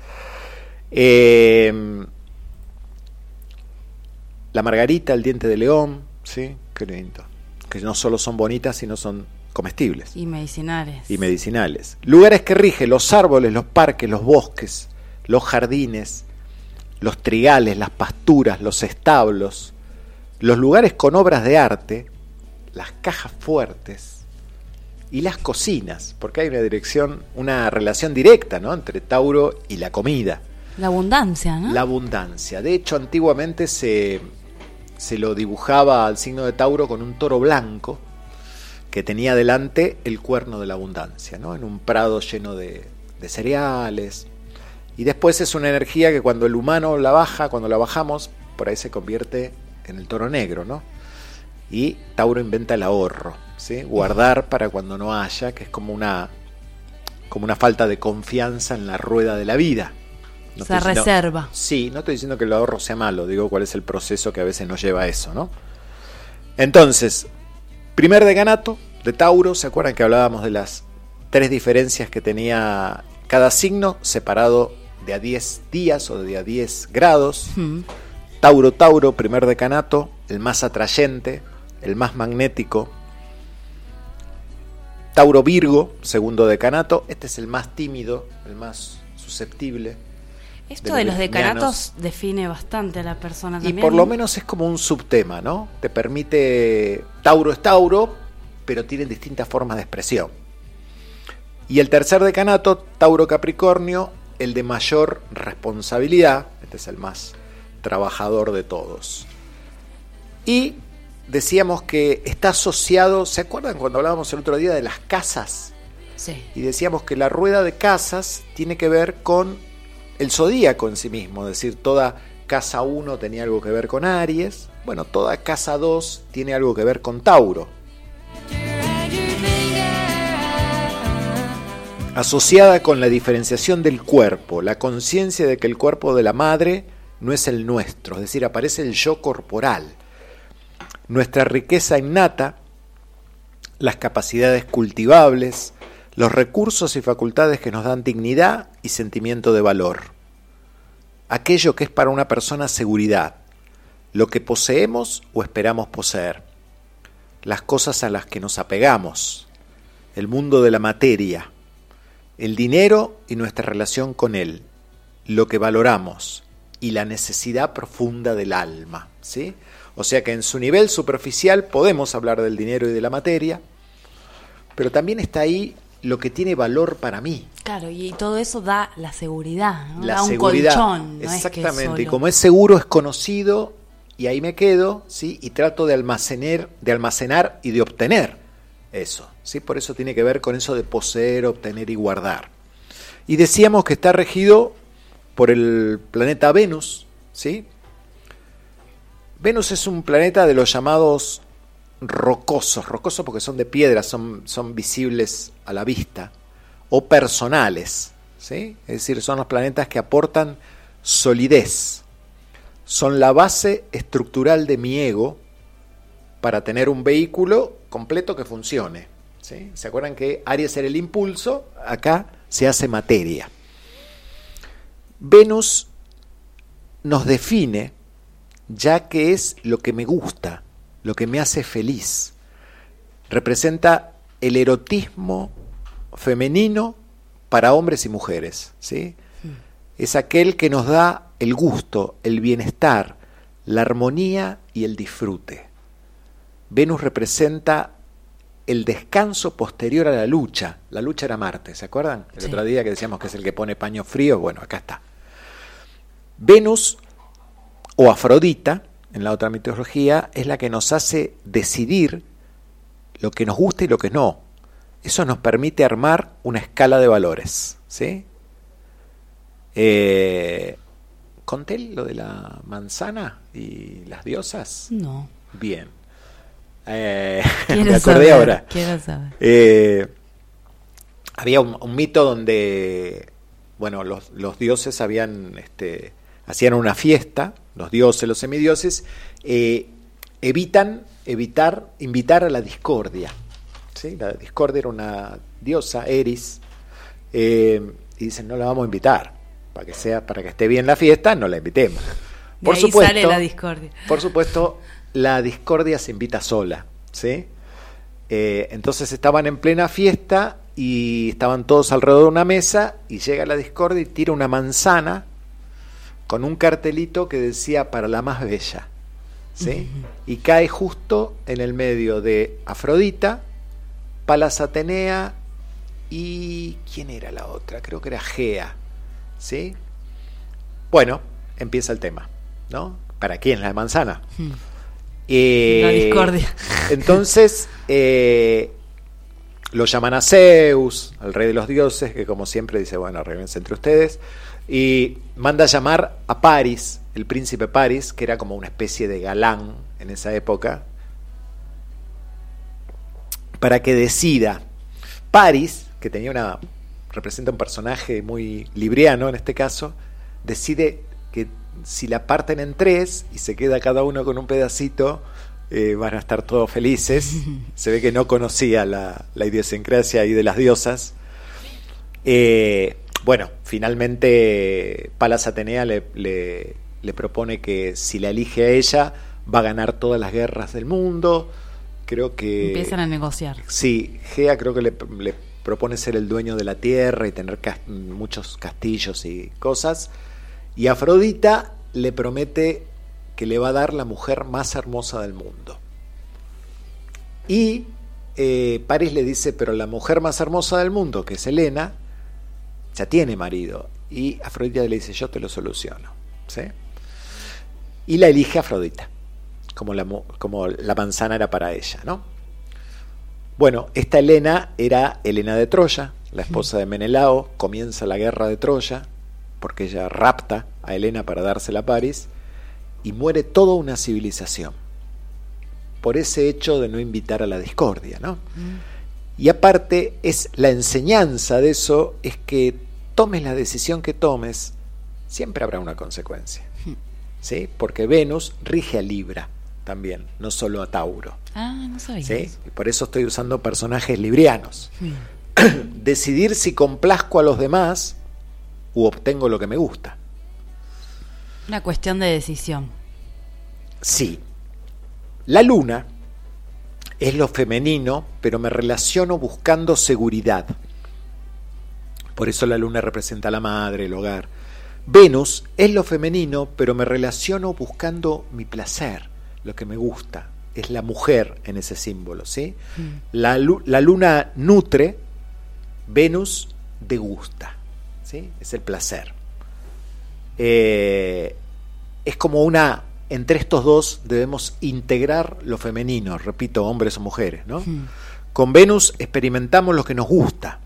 La margarita, el diente de león, ¿sí? Qué lindo. Que no solo son bonitas, sino son comestibles. Y medicinales. Lugares que rigen: los árboles, los parques, los bosques, los jardines, los trigales, las pasturas, los establos, los lugares con obras de arte, las cajas fuertes y las cocinas, porque hay una relación directa, ¿no?, entre Tauro y la comida. La abundancia, ¿no? La abundancia. De hecho, antiguamente se lo dibujaba al signo de Tauro con un toro blanco que tenía delante el cuerno de la abundancia, ¿no?, en un prado lleno de cereales. Y después es una energía que cuando el humano la baja, cuando la bajamos, por ahí se convierte en el toro negro, ¿no? Y Tauro inventa el ahorro, ¿sí? Guardar para cuando no haya, que es como una falta de confianza en la rueda de la vida. Se reserva. Sí, no estoy diciendo que el ahorro sea malo, digo cuál es el proceso que a veces nos lleva a eso, ¿no? Entonces, primer decanato de Tauro, ¿se acuerdan que hablábamos de las 3 diferencias que tenía cada signo, separado de a 10 días o de a 10 grados? Tauro, primer decanato, el más atrayente, el más magnético. Tauro Virgo, segundo decanato, este es el más tímido, el más susceptible. Esto de los decanatos define bastante a la persona también. Y por lo menos es como un subtema, ¿no? Te permite... Tauro es Tauro, pero tienen distintas formas de expresión. Y el tercer decanato, Tauro Capricornio, el de mayor responsabilidad. Este es el más trabajador de todos. Y decíamos que está asociado... ¿Se acuerdan cuando hablábamos el otro día de las casas? Sí. Y decíamos que la rueda de casas tiene que ver con el zodíaco en sí mismo, es decir, toda casa 1 tenía algo que ver con Aries, bueno, toda casa 2 tiene algo que ver con Tauro. Asociada con la diferenciación del cuerpo, la conciencia de que el cuerpo de la madre no es el nuestro, es decir, aparece el yo corporal, nuestra riqueza innata, las capacidades cultivables, los recursos y facultades que nos dan dignidad y sentimiento de valor. Aquello que es para una persona seguridad, lo que poseemos o esperamos poseer, las cosas a las que nos apegamos, el mundo de la materia, el dinero y nuestra relación con él, lo que valoramos y la necesidad profunda del alma, ¿sí? O sea que en su nivel superficial podemos hablar del dinero y de la materia, pero también está ahí lo que tiene valor para mí. Claro, y todo eso da la seguridad, ¿no? La da seguridad, un colchón. exactamente, no es que solo... y como es seguro, es conocido, y ahí me quedo, ¿sí? Y trato de almacenar y de obtener eso, ¿sí? Por eso tiene que ver con eso de poseer, obtener y guardar. Y decíamos que está regido por el planeta Venus, ¿sí? Venus es un planeta de los llamados rocosos porque son de piedra, son visibles a la vista, o personales, ¿sí? Es decir, son los planetas que aportan solidez, son la base estructural de mi ego para tener un vehículo completo que funcione, ¿sí? ¿Se acuerdan que Aries era el impulso? Acá se hace materia. Venus nos define, ya que es lo que me gusta, lo que me hace feliz. Representa el erotismo femenino para hombres y mujeres, ¿sí? Es aquel que nos da el gusto, el bienestar, la armonía y el disfrute. Venus representa el descanso posterior a la lucha. La lucha era Marte, ¿se acuerdan? El otro día que decíamos que es el que pone paños fríos, bueno, acá está. Venus o Afrodita, en la otra mitología, es la que nos hace decidir lo que nos gusta y lo que no. Eso nos permite armar una escala de valores, ¿sí? ¿Conté lo de la manzana y las diosas? No. Bien. Quiero Me acordé saber, ahora. Quiero saber. Había un mito donde, bueno, los dioses hacían una fiesta, los dioses, los semidioses, invitar a la discordia, ¿sí? La discordia era una diosa, Eris, y dicen, no la vamos a invitar, para que esté bien la fiesta, no la invitemos. De ahí sale la discordia. Por supuesto, la discordia se invita sola, ¿sí? Entonces estaban en plena fiesta y estaban todos alrededor de una mesa y llega la discordia y tira una manzana con un cartelito que decía para la más bella, ¿sí? Y cae justo en el medio de Afrodita, Palas Atenea y ¿quién era la otra? Creo que era Gea, ¿sí? Bueno, empieza el tema, ¿no? ¿Para quién la manzana? La discordia. Entonces lo llaman a Zeus, al rey de los dioses, que como siempre dice, bueno, arréglense entre ustedes, y manda a llamar a Paris, el príncipe Paris, que era como una especie de galán en esa época, para que decida. Paris, que representa un personaje muy libriano en este caso, decide que si la parten en 3 y se queda cada uno con un pedacito, van a estar todos felices. Se ve que no conocía la idiosincrasia ahí de las diosas. Bueno, finalmente Palas Atenea le propone que si la elige a ella va a ganar todas las guerras del mundo. Creo que empiezan a negociar. Sí, Gea creo que le propone ser el dueño de la tierra y tener muchos castillos y cosas. Y Afrodita le promete que le va a dar la mujer más hermosa del mundo. Y Paris le dice, pero la mujer más hermosa del mundo, que es Helena, ya tiene marido. Y Afrodita le dice, yo te lo soluciono, ¿sí? Y la elige Afrodita, como la manzana era para ella, ¿no? Bueno, esta Helena era Helena de Troya, la esposa de Menelao. Comienza la guerra de Troya, porque ella rapta a Helena para dársela a Paris, y muere toda una civilización por ese hecho de no invitar a la discordia, ¿no? Y aparte, es la enseñanza de eso es que tomes la decisión que tomes, siempre habrá una consecuencia, ¿sí? Porque Venus rige a Libra también, no solo a Tauro. Ah, no sabía. ¿Sí? Y por eso estoy usando personajes librianos. Decidir si complazco a los demás u obtengo lo que me gusta. Una cuestión de decisión. Sí. La luna es lo femenino, pero me relaciono buscando seguridad. Por eso la luna representa a la madre, el hogar. Venus es lo femenino, pero me relaciono buscando mi placer, lo que me gusta. Es la mujer en ese símbolo, ¿sí? La luna nutre, Venus degusta, ¿sí? Es el placer. Es como entre estos dos debemos integrar lo femenino, repito, hombres o mujeres, ¿no? Con Venus experimentamos lo que nos gusta.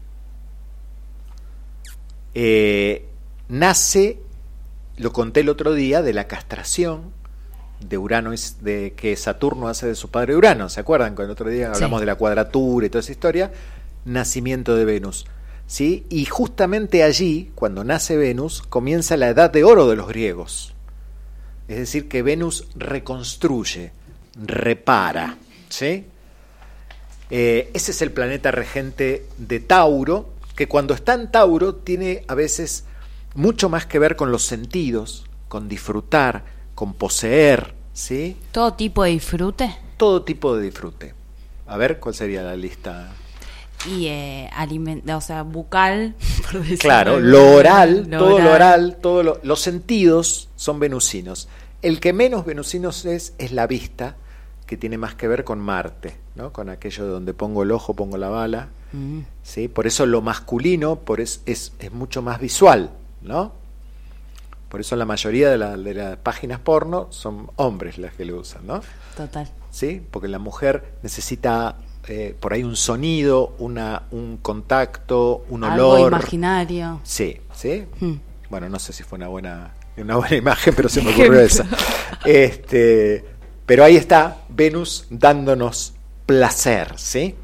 Nace, lo conté el otro día, de la castración de Urano, de que Saturno hace de su padre Urano. ¿Se acuerdan? Cuando el otro día hablamos de la cuadratura y toda esa historia. Nacimiento de Venus, ¿sí? Y justamente allí, cuando nace Venus, comienza la edad de oro de los griegos. Es decir, que Venus reconstruye, repara, ¿sí? Ese es el planeta regente de Tauro, que cuando está en Tauro tiene a veces mucho más que ver con los sentidos, con disfrutar, con poseer, ¿sí? ¿Todo tipo de disfrute? Todo tipo de disfrute. A ver, ¿cuál sería la lista? Y o sea, bucal, por decirlo. Claro, lo oral, todo lo oral, los sentidos son venusinos. El que menos venusinos es la vista, que tiene más que ver con Marte, ¿no? Con aquello de donde pongo el ojo, pongo la bala, ¿sí? Por eso lo masculino es mucho más visual, ¿no? Por eso la mayoría de las páginas porno son hombres las que lo usan, ¿no? Total. ¿Sí? Porque la mujer necesita por ahí un sonido, un contacto, un olor. Algo imaginario. Sí, ¿sí? Hmm. Bueno, no sé si fue una buena imagen, pero se me ocurrió esa. Pero ahí está Venus dándonos placer, ¿sí?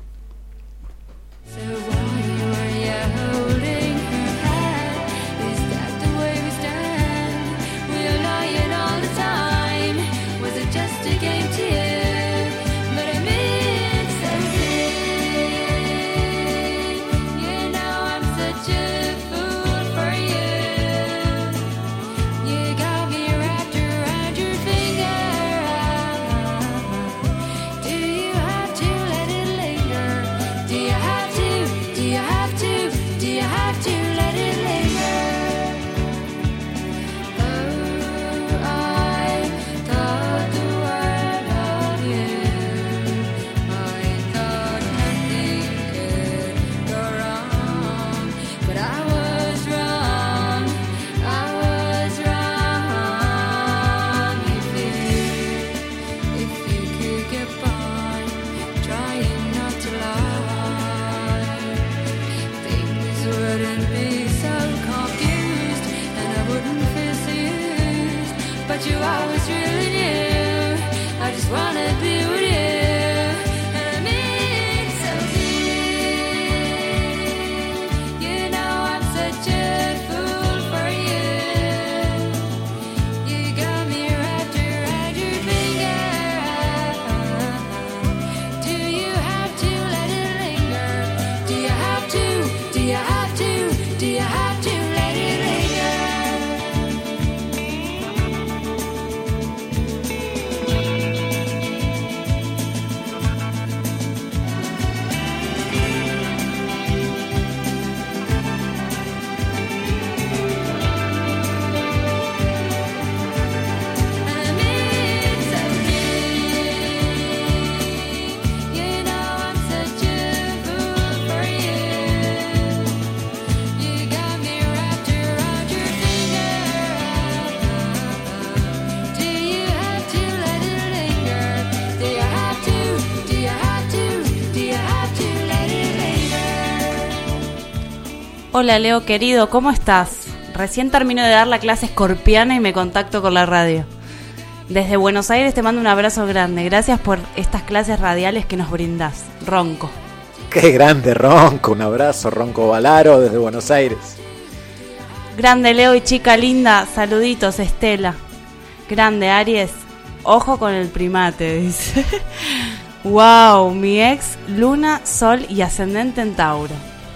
Hola Leo querido, ¿cómo estás? Recién termino de dar la clase escorpiana y me contacto con la radio. Desde Buenos Aires te mando un abrazo grande. Gracias por estas clases radiales que nos brindás. Ronco. ¡Qué grande, Ronco! Un abrazo, Ronco Valaro, desde Buenos Aires. Grande Leo y chica linda, saluditos Estela. Grande Aries, ojo con el primate, dice. Wow, mi ex, Luna, Sol y ascendente en Tauro.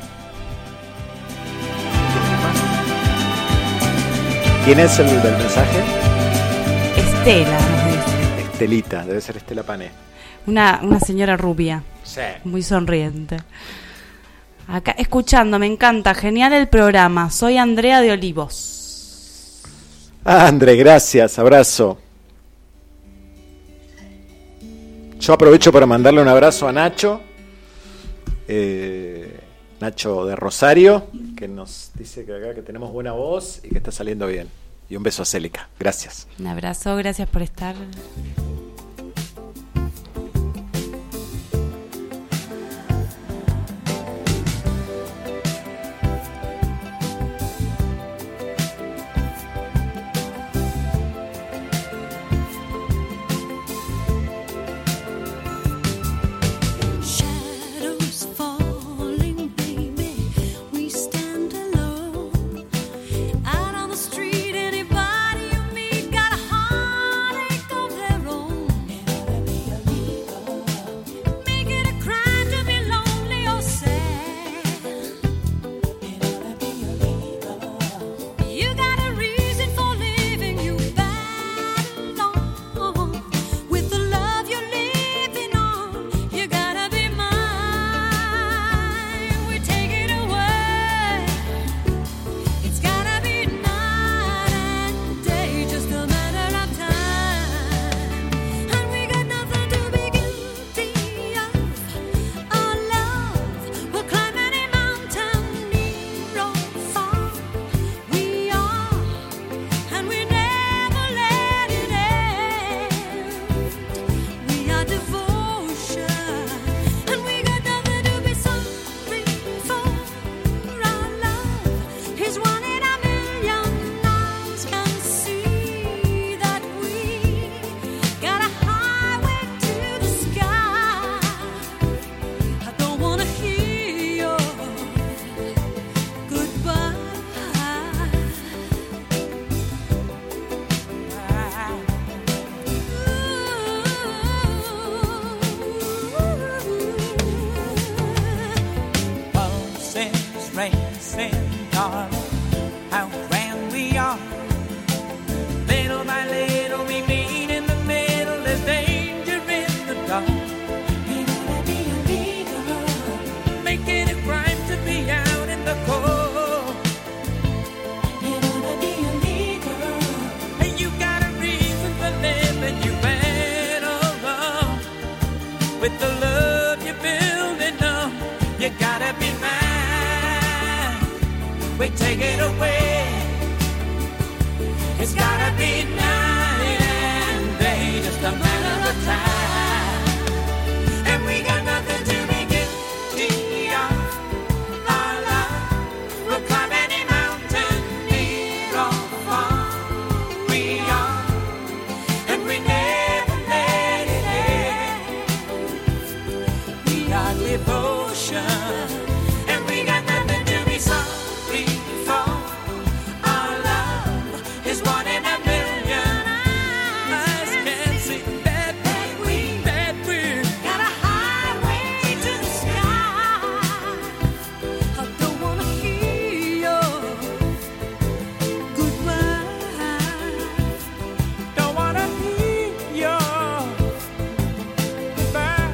¿Quién es el del mensaje? Estela, nos dice. Estelita, debe ser Estela Pané. Una señora rubia, Sí. muy sonriente. Acá escuchando, me encanta, genial el programa. Soy Andrea de Olivos. Ah, André, gracias, abrazo. Yo aprovecho para mandarle un abrazo a Nacho, Nacho de Rosario, que nos dice que acá que tenemos buena voz y que está saliendo bien. Y un beso a Célica, gracias. Un abrazo, gracias por estar. Shadows falling, baby. We stand alone. Out on the street, anybody you meet got a heartache of their own. law. You gotta be illegal. Make it a crime to be out in the cold. You gotta be illegal. And you got a reason for living. You better run with the love you're building up. You gotta be mine. We take it away. It's gotta be night and day, just a matter of time. And we got nothing to be guilty of. Our love will climb any mountain, near or far. We are, and we never let it end. We are devotion, and we got nothing to be sorry for. Our love is one in a million. Eyes can't see that we got a highway to the sky. I don't wanna hear your goodbye. Don't wanna hear your goodbye.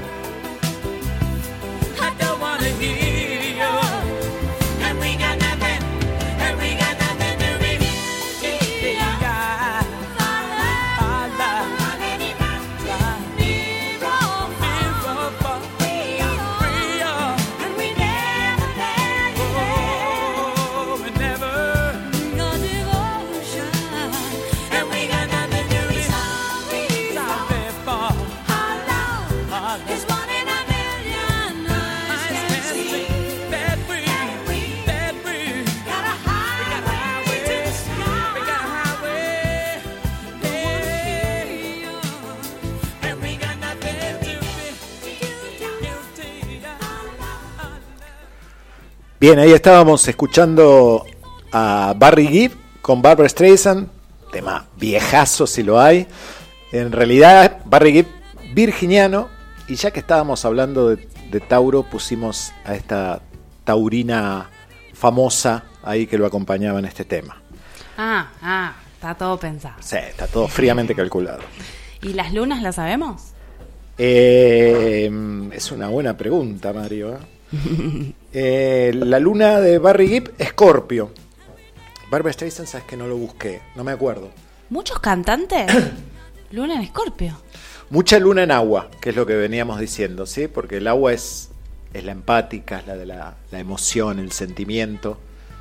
I don't wanna hear your. And we got nothing, and we got nothing to be guilty of. Our love, on any mountain, near or far. We are, and we never let it end. Oh, we never. We are devotion, and we got nothing to be sorry for. Our love is one in a million. Eyes can't see that we got a highway to the sky. We got a highway, yeah. And we got nothing to be guilty of. Bien, ahí estábamos escuchando a Barry Gibb con Barbra Streisand, tema viejazo si lo hay. En realidad, Barry Gibb virginiano, y ya que estábamos hablando de Tauro, pusimos a esta taurina famosa ahí que lo acompañaba en este tema. Está todo pensado. Sí, está todo fríamente calculado. ¿Y las lunas las sabemos? Es una buena pregunta, Mario. La luna de Barry Gibb, Escorpio. Barbra Streisand, sabes que no lo busqué, no me acuerdo. Muchos cantantes. Luna en Escorpio. Mucha luna en agua, que es lo que veníamos diciendo, ¿sí? Porque el agua es la empática, es la de la emoción, el sentimiento.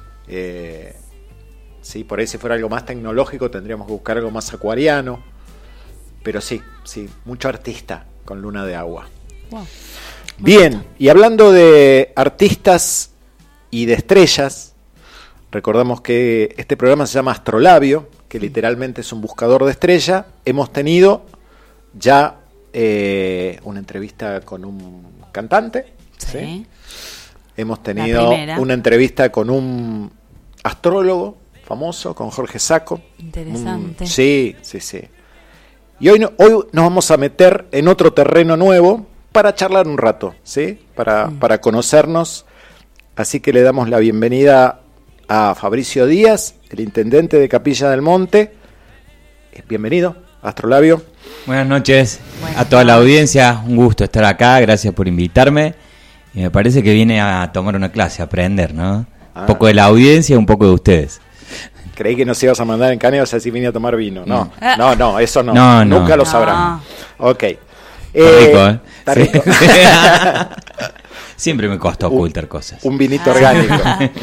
Sí, por ahí si fuera algo más tecnológico tendríamos que buscar algo más acuariano. Pero sí, mucho artista con luna de agua. Wow. Bien, y hablando de artistas y de estrellas, recordamos que este programa se llama Astrolabio, que literalmente es un buscador de estrella. Hemos tenido ya una entrevista con un cantante. Sí. Hemos tenido una entrevista con un astrólogo famoso, con Jorge Sacco. Interesante. Sí. Y hoy nos vamos a meter en otro terreno nuevo para charlar un rato, ¿sí? Para conocernos. Así que le damos la bienvenida a Fabricio Díaz, el intendente de Capilla del Monte. Bienvenido, Astrolabio. Buenas noches a toda la audiencia, un gusto estar acá, gracias por invitarme. Y me parece que viene a tomar una clase, a aprender, ¿no? Un poco de la audiencia y un poco de ustedes. Creí que nos ibas a mandar en Caneos así vine a tomar vino. No, eso no. No. Nunca lo sabrán. Ok. Está rico, rico. Sí. Siempre me costó ocultar cosas. Un vinito orgánico.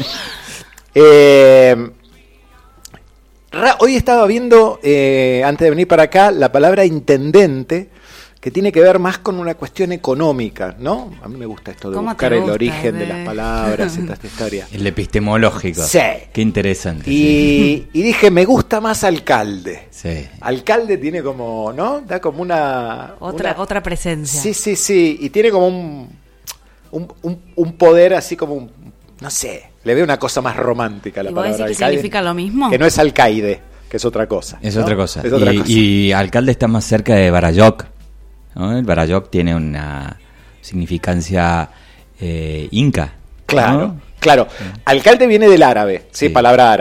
Hoy estaba viendo, antes de venir para acá, la palabra intendente, que tiene que ver más con una cuestión económica, ¿no? A mí me gusta esto de buscar el origen de las palabras y toda esta historia. El epistemológico. Sí. Qué interesante. Y dije, me gusta más alcalde. Sí. Alcalde tiene como, ¿no? Da como otra presencia. Sí. Y tiene como un poder así como no sé, le veo una cosa más romántica a la palabra alcalde. ¿Y significa lo mismo? Que no es alcaide, que es otra cosa. Es ¿no? otra cosa. Es otra cosa. Y alcalde está más cerca de Barayoc, ¿no? El Barayoc tiene una significancia inca. Claro, ¿no? claro. Alcalde viene del árabe, sí, palabra árabe,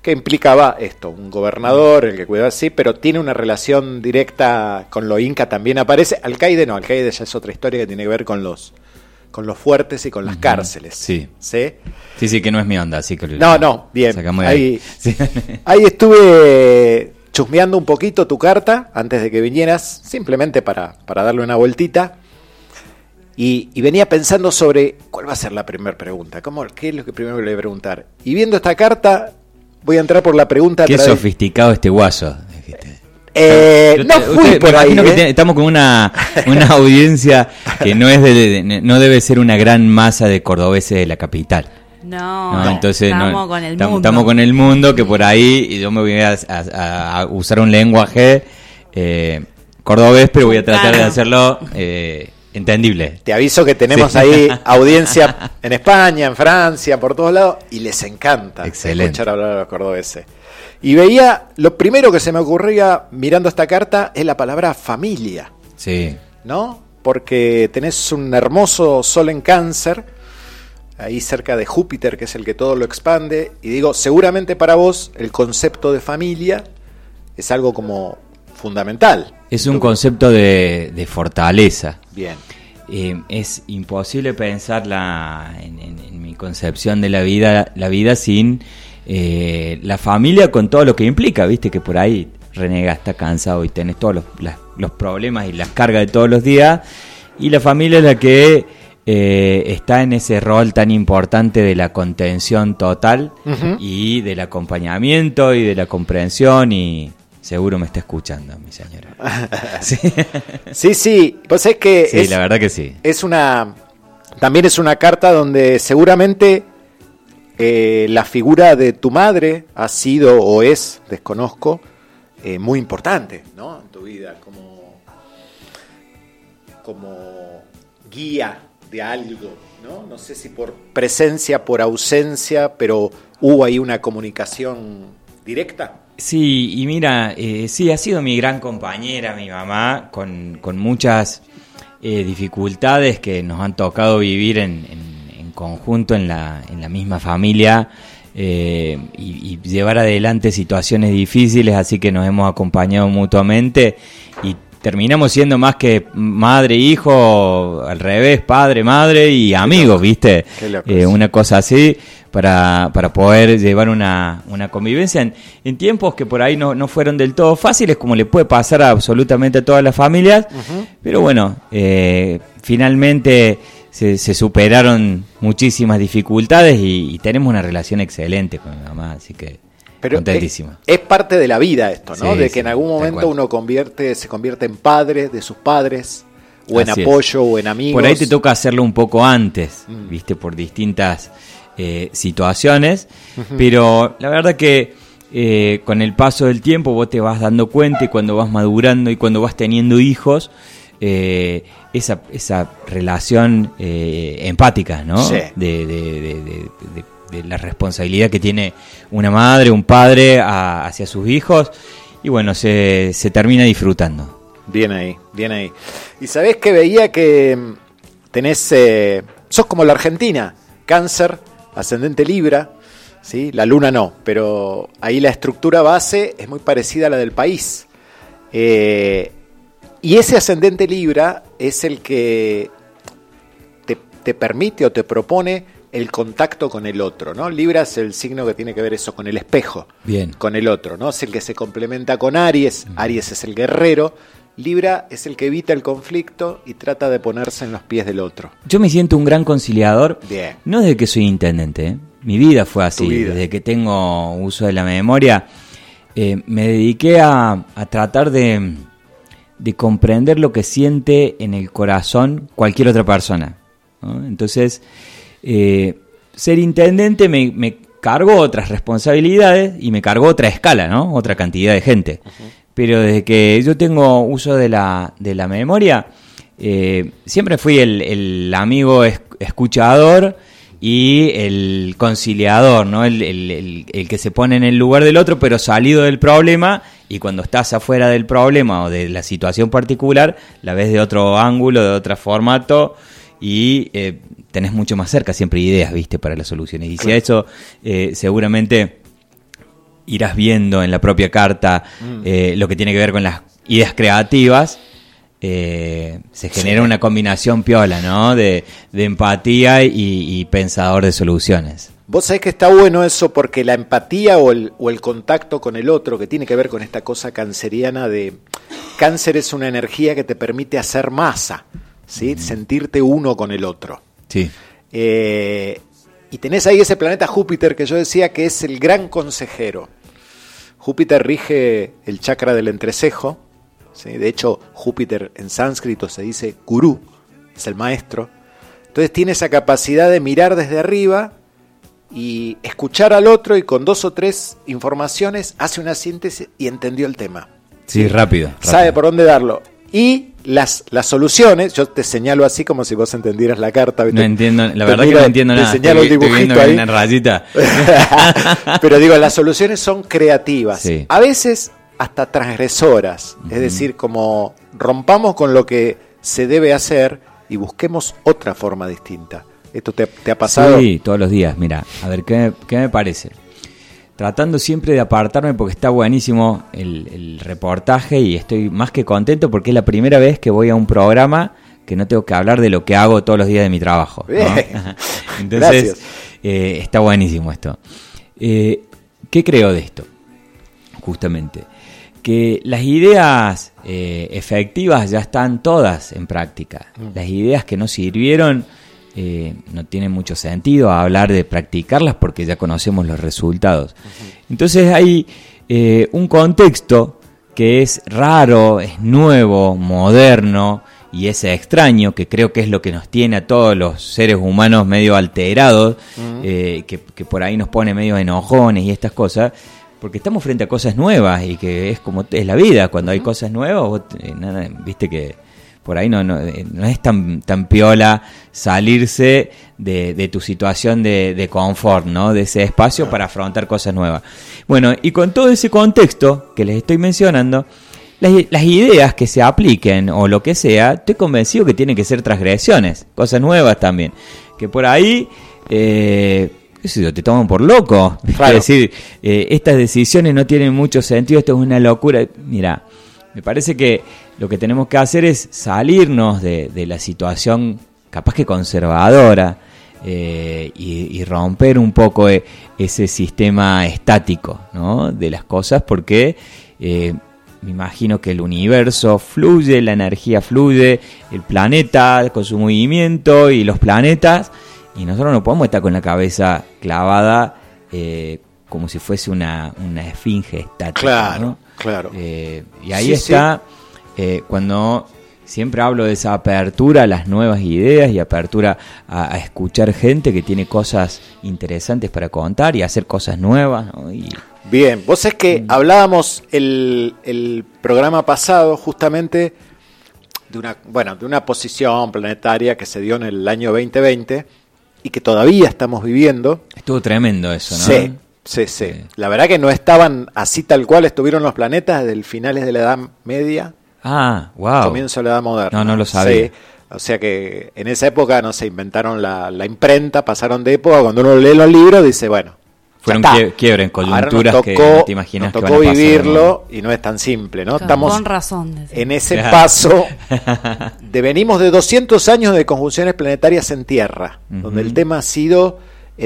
que implicaba esto, un gobernador, el que cuidaba así, pero tiene una relación directa con lo inca, también aparece. Alcaide no, Alcaide ya es otra historia que tiene que ver con los fuertes y con las cárceles. Sí. ¿Sí? Sí, que no es mi onda, así que... No, bien. Sacamos de Ahí, sí. ahí estuve chusmeando un poquito tu carta antes de que vinieras, simplemente para darle una vueltita. Y venía pensando sobre cuál va a ser la primera pregunta. ¿Qué es lo que primero le voy a preguntar? Y viendo esta carta, voy a entrar por la pregunta... Qué sofisticado este guaso. No fui por ahí. Que estamos con una audiencia que no debe ser una gran masa de cordobeses de la capital. No, entonces estamos con el mundo. Estamos con el mundo, que por ahí, y yo me voy a usar un lenguaje cordobés, pero voy a tratar de hacerlo entendible. Te aviso que tenemos ahí audiencia en España, en Francia, por todos lados, y les encanta escuchar hablar a los cordobeses. Y veía, lo primero que se me ocurría mirando esta carta es la palabra familia. Sí. ¿No? Porque tenés un hermoso sol en Cáncer, ahí cerca de Júpiter, que es el que todo lo expande, y digo, seguramente para vos el concepto de familia es algo como fundamental. Es un concepto de fortaleza. Bien. Es imposible pensarla en mi concepción de la vida sin la familia, con todo lo que implica, viste que por ahí renegas, estás cansado y tenés todos los problemas y las cargas de todos los días, y la familia es la que está en ese rol tan importante de la contención total, uh-huh, y del acompañamiento y de la comprensión, y seguro me está escuchando mi señora. Sí, pues es que sí, la verdad que sí. También es una carta donde seguramente la figura de tu madre ha sido o es, desconozco, muy importante, ¿no? En tu vida, como guía de algo, ¿no? No sé si por presencia, por ausencia, pero hubo ahí una comunicación directa. Sí, y mira, sí, ha sido mi gran compañera, mi mamá, con muchas dificultades que nos han tocado vivir en conjunto en la misma familia, y llevar adelante situaciones difíciles, así que nos hemos acompañado mutuamente y terminamos siendo más que madre, hijo, al revés, padre, madre y amigos, ¿viste? Una cosa así para poder llevar una convivencia en tiempos que por ahí no fueron del todo fáciles, como le puede pasar a absolutamente a todas las familias, uh-huh, pero bueno, finalmente se superaron muchísimas dificultades y tenemos una relación excelente con mi mamá, así que pero contentísima. Es parte de la vida esto, ¿no? Sí, de que en algún momento uno se convierte en padre de sus padres, o en apoyo, o en amigos. Por ahí te toca hacerlo un poco antes, ¿viste? Por distintas situaciones, uh-huh, pero la verdad que con el paso del tiempo vos te vas dando cuenta, y cuando vas madurando y cuando vas teniendo hijos, esa relación empática, ¿no? Sí. De la responsabilidad que tiene una madre, un padre hacia sus hijos, y bueno, se termina disfrutando. Bien ahí. Y sabés que veía que tenés, sos como la Argentina, Cáncer, ascendente Libra, ¿sí? La luna no, pero ahí la estructura base es muy parecida a la del país. Y ese ascendente Libra es el que te permite o te propone el contacto con el otro, ¿no? Libra es el signo que tiene que ver eso con el espejo. Bien. Con el otro, ¿no? Es el que se complementa con Aries. Aries es el guerrero. Libra es el que evita el conflicto y trata de ponerse en los pies del otro. Yo me siento un gran conciliador. Bien. No desde que soy intendente, ¿eh? Mi vida fue así. Desde que tengo uso de la memoria, me dediqué a tratar de comprender lo que siente en el corazón cualquier otra persona, ¿no? Entonces, ser intendente me cargó otras responsabilidades y me cargó otra escala, ¿no? Otra cantidad de gente. Uh-huh. Pero desde que yo tengo uso de la memoria, siempre fui el amigo escuchador y el conciliador, ¿no? El que se pone en el lugar del otro, pero salido del problema, y cuando estás afuera del problema o de la situación particular, la ves de otro ángulo, de otro formato, y tenés mucho más cerca siempre ideas, ¿viste? Para las soluciones. Y si a eso seguramente irás viendo en la propia carta lo que tiene que ver con las ideas creativas, se genera una combinación piola, ¿no? De empatía y pensador de soluciones. Vos sabés que está bueno eso porque la empatía o el contacto con el otro, que tiene que ver con esta cosa canceriana de... Cáncer es una energía que te permite hacer masa, ¿sí? Sentirte uno con el otro. Sí. Y tenés ahí ese planeta Júpiter que yo decía que es el gran consejero. Júpiter rige el chakra del entrecejo, ¿sí? De hecho, Júpiter en sánscrito se dice gurú, es el maestro. Entonces tiene esa capacidad de mirar desde arriba y escuchar al otro y con 2 o 3 informaciones hace una síntesis y entendió el tema. Sí, rápido. Sabe por dónde darlo. Y las soluciones, yo te señalo así como si vos entendieras la carta. ¿viste? No entiendo, la verdad que no entiendo nada. Te señalo el dibujito ahí. Una rayita. Pero digo, las soluciones son creativas. Sí. A veces hasta transgresoras. Es decir, como rompamos con lo que se debe hacer y busquemos otra forma distinta. ¿Esto te ha pasado? Sí, todos los días. Mira, a ver, ¿qué me parece? Tratando siempre de apartarme porque está buenísimo el reportaje y estoy más que contento porque es la primera vez que voy a un programa que no tengo que hablar de lo que hago todos los días de mi trabajo, ¿no? Entonces, está buenísimo esto. ¿Qué creo de esto? Justamente, que las ideas efectivas ya están todas en práctica. Las ideas que no sirvieron... no tiene mucho sentido hablar de practicarlas porque ya conocemos los resultados. Entonces hay un contexto que es raro, es nuevo, moderno y es extraño, que creo que es lo que nos tiene a todos los seres humanos medio alterados, que por ahí nos pone medio enojones y estas cosas, porque estamos frente a cosas nuevas y que es como es la vida, cuando hay cosas nuevas, vos, viste que por ahí no es tan piola salirse de tu situación de confort, ¿no? De ese espacio para afrontar cosas nuevas. Bueno, y con todo ese contexto que les estoy mencionando, las ideas que se apliquen o lo que sea, estoy convencido que tienen que ser transgresiones, cosas nuevas también. Que por ahí, qué sé yo, te toman por loco. Claro. Es decir, estas decisiones no tienen mucho sentido, esto es una locura. Mira, me parece que lo que tenemos que hacer es salirnos de la situación capaz que conservadora y romper un poco ese sistema estático, ¿no? De las cosas, porque me imagino que el universo fluye, la energía fluye, el planeta con su movimiento y los planetas, y nosotros no podemos estar con la cabeza clavada como si fuese una esfinge estática. Claro, ¿no? claro. Y ahí está, cuando siempre hablo de esa apertura a las nuevas ideas y apertura a escuchar gente que tiene cosas interesantes para contar y hacer cosas nuevas, ¿no? Bien, vos es que hablábamos el programa pasado justamente de una posición planetaria que se dio en el año 2020 y que todavía estamos viviendo. Estuvo tremendo eso, ¿no? Sí. La verdad que no estaban así tal cual estuvieron los planetas desde finales de la Edad Media. Ah, wow. Comienzo de la Edad Moderna. No lo sabía. Sí. O sea que en esa época, no se inventaron la imprenta, pasaron de época. Cuando uno lee los libros, dice, bueno, fueron quiebres, coyunturas que no te imaginas que van a pasar. Nos tocó ¿no? vivirlo y no es tan simple, ¿no? Estamos con razón. en ese paso. Venimos de 200 años de conjunciones planetarias en Tierra, donde el tema ha sido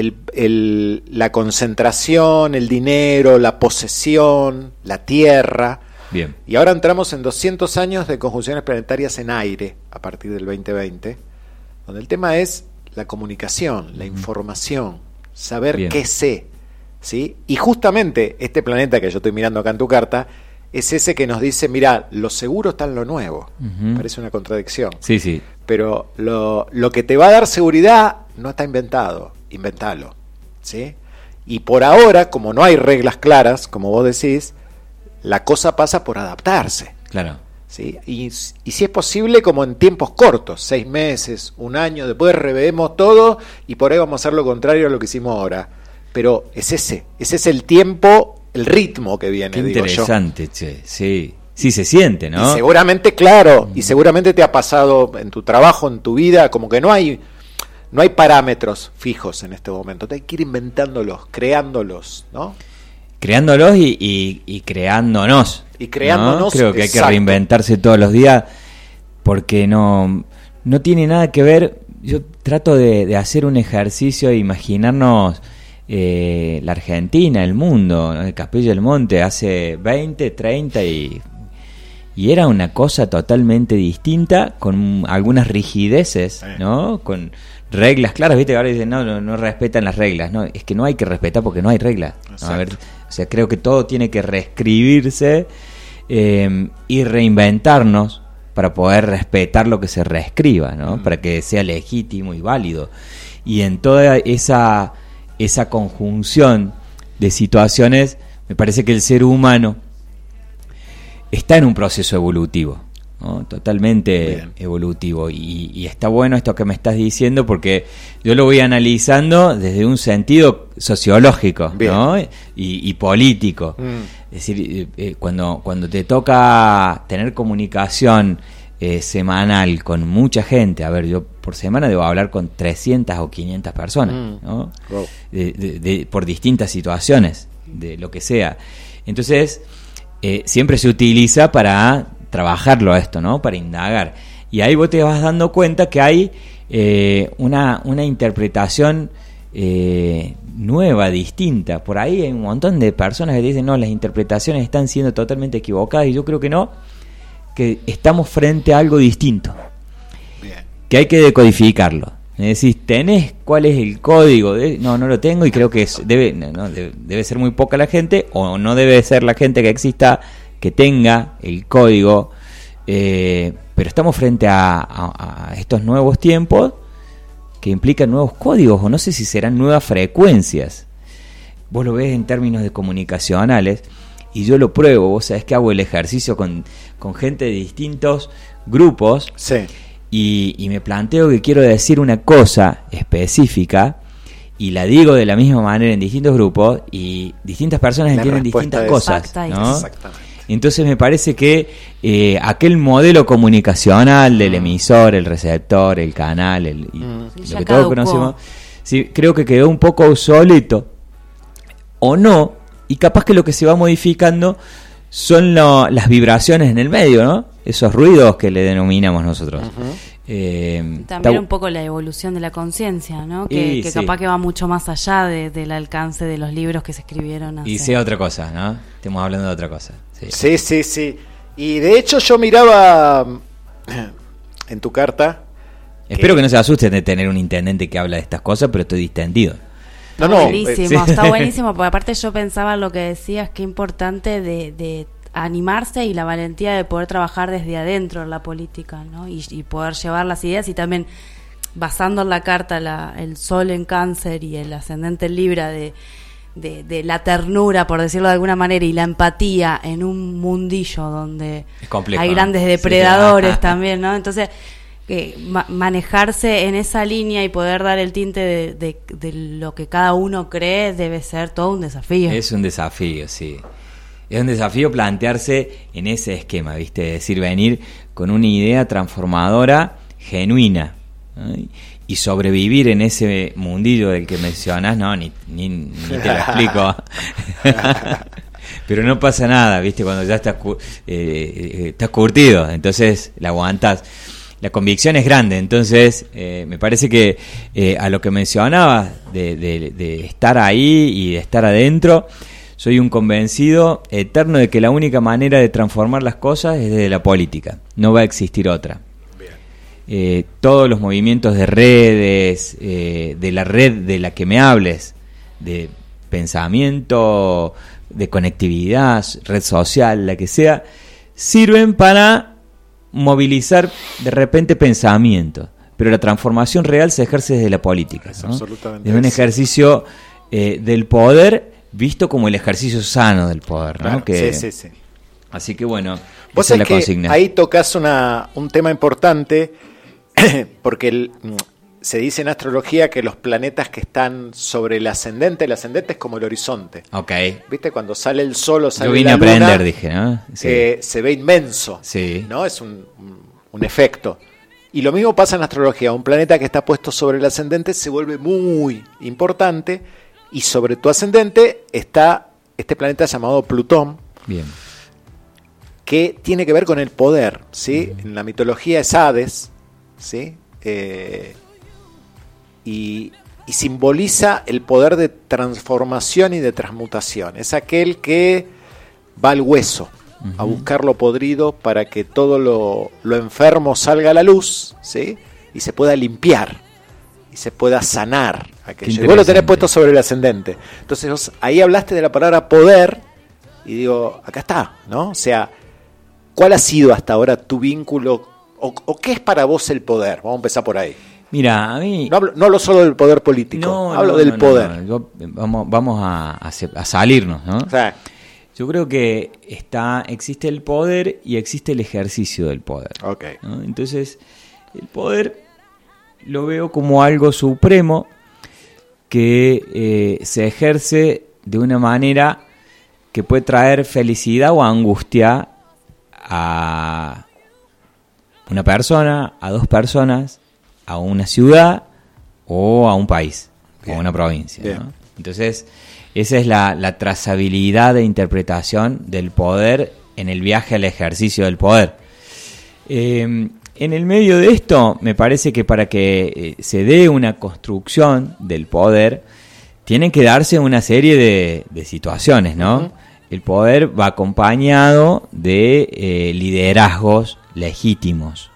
la concentración, el dinero, la posesión, la tierra. Bien. Y ahora entramos en 200 años de conjunciones planetarias en aire a partir del 2020, donde el tema es la comunicación, la información, saber Bien. qué sé, ¿sí? Y justamente este planeta que yo estoy mirando acá en tu carta es ese que nos dice, mira, lo seguro está en lo nuevo. Parece una contradicción. Sí. Pero lo que te va a dar seguridad no está inventado, inventalo, ¿sí? Y por ahora, como no hay reglas claras, como vos decís, la cosa pasa por adaptarse. Claro. ¿Sí? Y si es posible, como en tiempos cortos, 6 meses, 1 año, después revemos todo y por ahí vamos a hacer lo contrario a lo que hicimos ahora. Pero ese es el tiempo, el ritmo que viene, Qué digo yo. interesante, che. Sí se siente, ¿no? Y seguramente, claro, y seguramente te ha pasado en tu trabajo, en tu vida, como que no hay parámetros fijos en este momento. Hay que ir inventándolos, creándolos, ¿no? creándolos y creándonos. Y creándonos, ¿no? Creo que hay que exacto. reinventarse todos los días porque no tiene nada que ver. Yo trato de hacer un ejercicio de imaginarnos la Argentina, el mundo, ¿no? El Capilla del Monte hace 20, 30 y era una cosa totalmente distinta, con algunas rigideces, ¿no? Con reglas claras, ¿viste? Ahora dicen, no respetan las reglas. No, es que no hay que respetar porque no hay reglas, ¿no? A ver, o sea, creo que todo tiene que reescribirse y reinventarnos para poder respetar lo que se reescriba, ¿no? Para que sea legítimo y válido. Y en toda esa conjunción de situaciones, me parece que el ser humano está en un proceso evolutivo, ¿no? Totalmente bien evolutivo. Y está bueno esto que me estás diciendo porque yo lo voy analizando desde un sentido sociológico, ¿no? y político. Es decir, cuando te toca tener comunicación semanal con mucha gente, a ver, yo por semana debo hablar con 300 o 500 personas, ¿no? Wow. Por distintas situaciones, de lo que sea. Entonces, siempre se utiliza para trabajarlo esto, ¿no? Para indagar. Y ahí vos te vas dando cuenta que hay una interpretación nueva, distinta. Por ahí hay un montón de personas que dicen, no, las interpretaciones están siendo totalmente equivocadas, y yo creo que no, que estamos frente a algo distinto. Bien. Que hay que decodificarlo. Es decir, ¿tenés cuál es el código? No lo tengo, y creo que debe ser muy poca la gente, o no debe ser la gente que exista que tenga el código, pero estamos frente a estos nuevos tiempos que implican nuevos códigos, o no sé si serán nuevas frecuencias. Vos lo ves en términos de comunicacionales, y yo lo pruebo. Vos sabés que hago el ejercicio con gente de distintos grupos, sí. Y me planteo que quiero decir una cosa específica y la digo de la misma manera en distintos grupos, y distintas personas entienden distintas cosas, ¿no? Exactamente. Entonces me parece que aquel modelo comunicacional del emisor, el receptor, el canal, lo que todos conocemos, sí, creo que quedó un poco obsoleto, o no, y capaz que lo que se va modificando son las vibraciones en el medio, ¿no? Esos ruidos que le denominamos nosotros. También un poco la evolución de la conciencia, ¿no? Que capaz que va mucho más allá del alcance de los libros que se escribieron hace. Y sea otra cosa, ¿no? Estamos hablando de otra cosa. Sí. Y de hecho yo miraba en tu carta... Espero que no se asusten de tener un intendente que habla de estas cosas, pero estoy distendido. Está buenísimo, porque aparte yo pensaba lo que decías, qué importante de animarse y la valentía de poder trabajar desde adentro en la política, ¿no? Y poder llevar las ideas, y también basando en la carta el sol en Cáncer y el ascendente en Libra de la ternura, por decirlo de alguna manera, y la empatía en un mundillo donde complejo, hay grandes depredadores también, ¿no? Entonces manejarse en esa línea y poder dar el tinte de lo que cada uno cree debe ser todo un desafío. Es un desafío, sí. Es un desafío plantearse en ese esquema, ¿viste? Es decir, venir con una idea transformadora, genuina, ¿no? Y sobrevivir en ese mundillo del que mencionas, no, ni te lo explico. Pero no pasa nada, ¿viste? Cuando ya estás curtido, entonces la aguantás. La convicción es grande, entonces me parece que a lo que mencionabas de estar ahí y de estar adentro, soy un convencido eterno de que la única manera de transformar las cosas es desde la política, no va a existir otra. Todos los movimientos de redes, de la red de la que me hables, de pensamiento, de conectividad, red social, la que sea, sirven para movilizar de repente pensamiento, pero la transformación real se ejerce desde la política, ¿no? Absolutamente. Es un ejercicio del poder visto como el ejercicio sano del poder, ¿no? Claro, sí. Así que bueno, vos esa es la que consigna. Ahí tocas un tema importante, porque se dice en astrología que los planetas que están sobre el ascendente es como el horizonte. Okay. ¿Viste? Cuando sale el sol o sale Yo vine la luna, a aprender, dije, ¿no? Sí. Se ve inmenso, sí. ¿no? Es un efecto. Y lo mismo pasa en astrología. Un planeta que está puesto sobre el ascendente se vuelve muy importante, y sobre tu ascendente está este planeta llamado Plutón, Bien. que tiene que ver con el poder, ¿sí? En la mitología es Hades, ¿sí? Y simboliza el poder de transformación y de transmutación. Es aquel que va al hueso, a buscar lo podrido para que todo lo enfermo salga a la luz, ¿sí? Y se pueda limpiar, y se pueda sanar aquello. Y vos lo tenés puesto sobre el ascendente. Entonces ahí hablaste de la palabra poder, y digo, acá está, ¿no? O sea, ¿cuál ha sido hasta ahora tu vínculo, o qué es para vos el poder? Vamos a empezar por ahí. Mira, a mí... No hablo solo del poder político, hablo del poder. Vamos a salirnos, ¿no? O sea, yo creo que existe el poder y existe el ejercicio del poder. okay. ¿No? Entonces, el poder lo veo como algo supremo que se ejerce de una manera que puede traer felicidad o angustia a una persona, a dos personas, a una ciudad o a un país, bien, o a una provincia, ¿no? Entonces, esa es la trazabilidad de interpretación del poder en el viaje al ejercicio del poder. En el medio de esto, me parece que para que se dé una construcción del poder, tienen que darse una serie de situaciones, ¿no? Uh-huh. El poder va acompañado de liderazgos legítimos.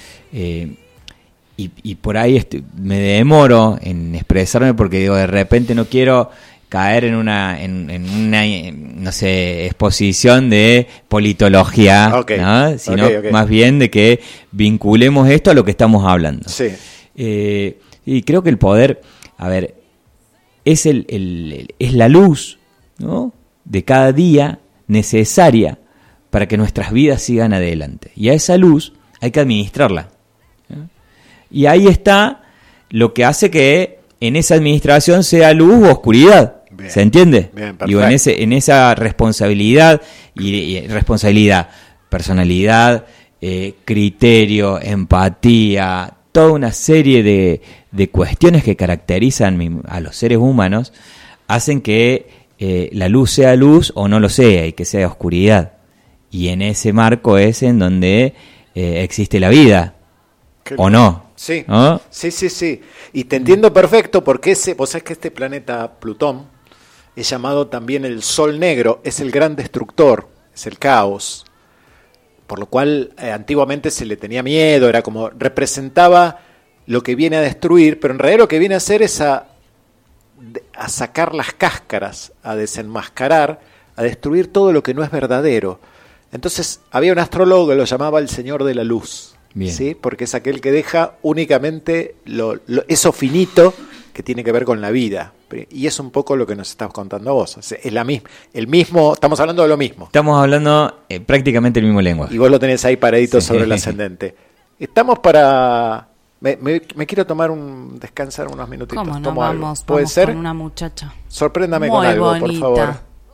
Y por ahí me demoro en expresarme porque digo, de repente no quiero caer en una no sé, exposición de politología, okay, ¿no? Sino okay. Más bien de que vinculemos esto a lo que estamos hablando. Sí. Y creo que el poder, a ver, es la luz, ¿no?, de cada día necesaria para que nuestras vidas sigan adelante. Y a esa luz hay que administrarla. Y ahí está lo que hace que en esa administración sea luz o oscuridad. Bien, ¿se entiende? Bien, perfecto. Digo, en esa responsabilidad y responsabilidad, personalidad, criterio, empatía, toda una serie de cuestiones que caracterizan a los seres humanos, hacen que la luz sea luz o no lo sea, y que sea oscuridad. Y en ese marco es en donde existe la vida. ¿O no? Sí, ¿no? Sí. Y te entiendo perfecto porque vos sabés que este planeta Plutón es llamado también el Sol Negro, es el gran destructor, es el caos, por lo cual antiguamente se le tenía miedo, era como representaba lo que viene a destruir, pero en realidad lo que viene a hacer es a sacar las cáscaras, a desenmascarar, a destruir todo lo que no es verdadero. Entonces había un astrólogo que lo llamaba el Señor de la Luz. Bien. ¿Sí? Porque es aquel que deja únicamente eso finito que tiene que ver con la vida. Y es un poco lo que nos estás contando vos. O sea, es el mismo, estamos hablando de lo mismo. Estamos hablando prácticamente el mismo lenguaje. Y vos lo tenés ahí paradito sobre el ascendente. Estamos para... Me quiero descansar unos minutitos. ¿Cómo no? Tomo Vamos ¿puede ser? Con una muchacha. Sorpréndame muy con algo, bonita, por favor.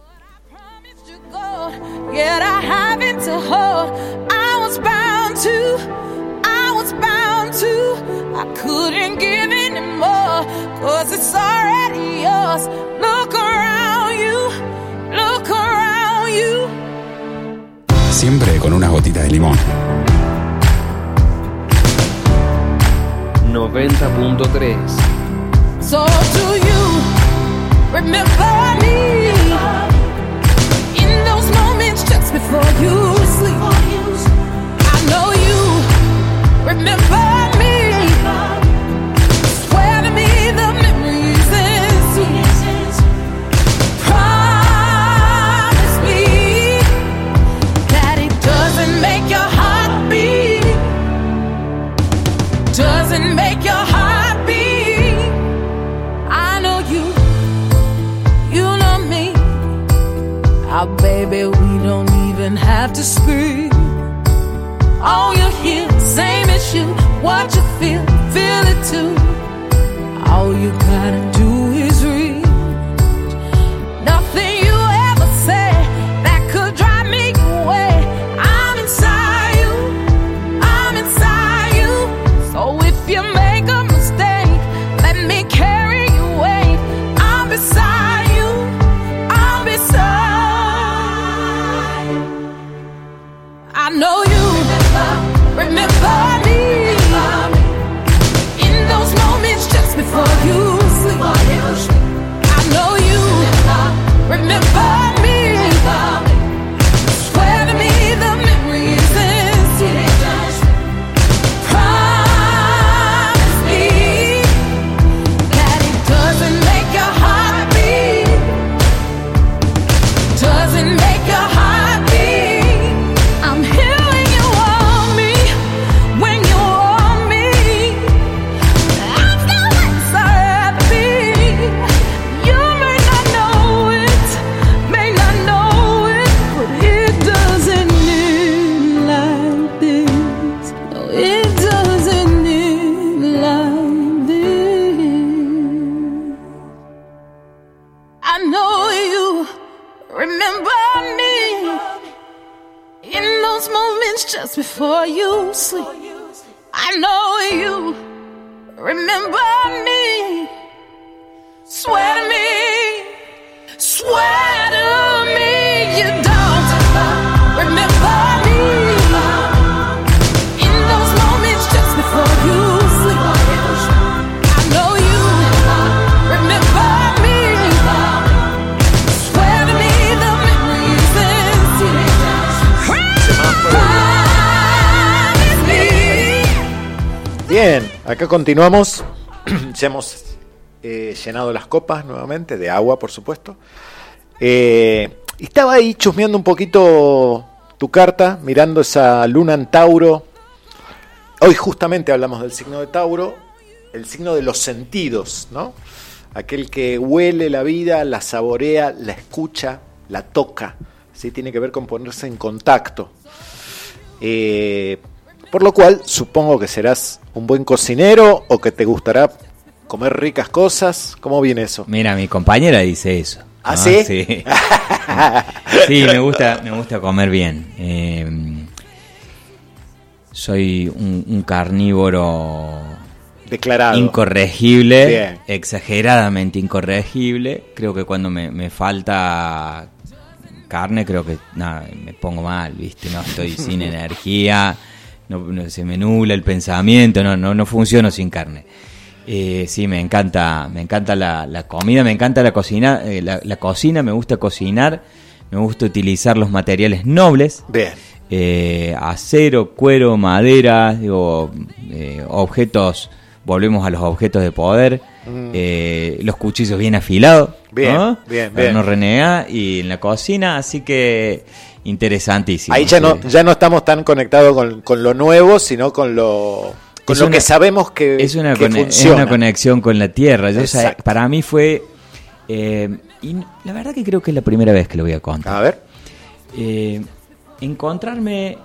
Yet I haven't to hold. I was bound to. I couldn't give any more, 'cause it's already yours. Look around you. Siempre con unas gotitas de limón. 90.3. So do you remember me in those moments just before you sleep? I know you remember me. Swear to me the memories is promise me that it doesn't make your heart beat. Doesn't make your heart beat. I know you know me. Oh, baby, we don't even have to speak. All you hear, same as you. What you feel it too. All you gotta do is reach. Nothing you ever say that could drive me away. I'm inside you. So if you make a mistake, let me carry your weight. I'm beside you. know you remember me. Swear to me, swear to me, you don't remember me. In those moments just before you sleep, I know you remember me. Swear to me the memories and Bien, acá continuamos. Ya hemos llenado las copas nuevamente, de agua por supuesto. Estaba ahí chusmeando un poquito tu carta, mirando esa luna en Tauro. Hoy justamente hablamos del signo de Tauro, el signo de los sentidos, ¿no? Aquel que huele la vida, la saborea, la escucha, la toca. ¿Sí? Tiene que ver con ponerse en contacto. Por lo cual, supongo que serás un buen cocinero o que te gustará comer ricas cosas. ¿Cómo viene eso? Mira, mi compañera dice eso. ¿Ah, ¿no? sí? Sí. Sí, me gusta comer bien. Soy un carnívoro Declarado. incorregible, Bien. exageradamente incorregible. Creo que cuando me falta carne, creo que nada, me pongo mal, ¿viste? No estoy sin energía, no, se me nubla el pensamiento, no funciono sin carne. Sí, me encanta la comida, me encanta la cocina, la cocina, me gusta cocinar, me gusta utilizar los materiales nobles. Bien. Acero, cuero, madera, objetos, volvemos a los objetos de poder, los cuchillos bien afilados, Bien, ¿no? bien, Para bien. no renegar, y en la cocina, así que interesantísimo. Ahí ya sí. ya no estamos tan conectados con lo nuevo, sino con lo que sabemos que, es una que es funciona. una conexión con la tierra. Exacto. Para mí fue, y la verdad que creo que es la primera vez que lo voy a contar. A ver. Encontrarme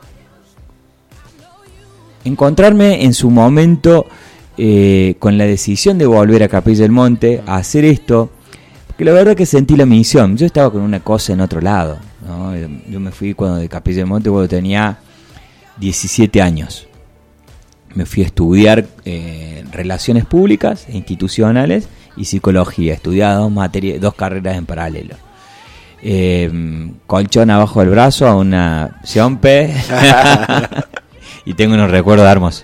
en su momento con la decisión de volver a Capilla del Monte a hacer esto, porque la verdad que sentí la misión. Yo estaba con una cosa en otro lado, ¿no? Yo me fui de Capilla del Monte cuando tenía 17 años. Me fui a estudiar relaciones públicas e institucionales y psicología. Estudiaba dos carreras en paralelo. Colchón abajo del brazo a una siompe y tengo unos recuerdos hermosos.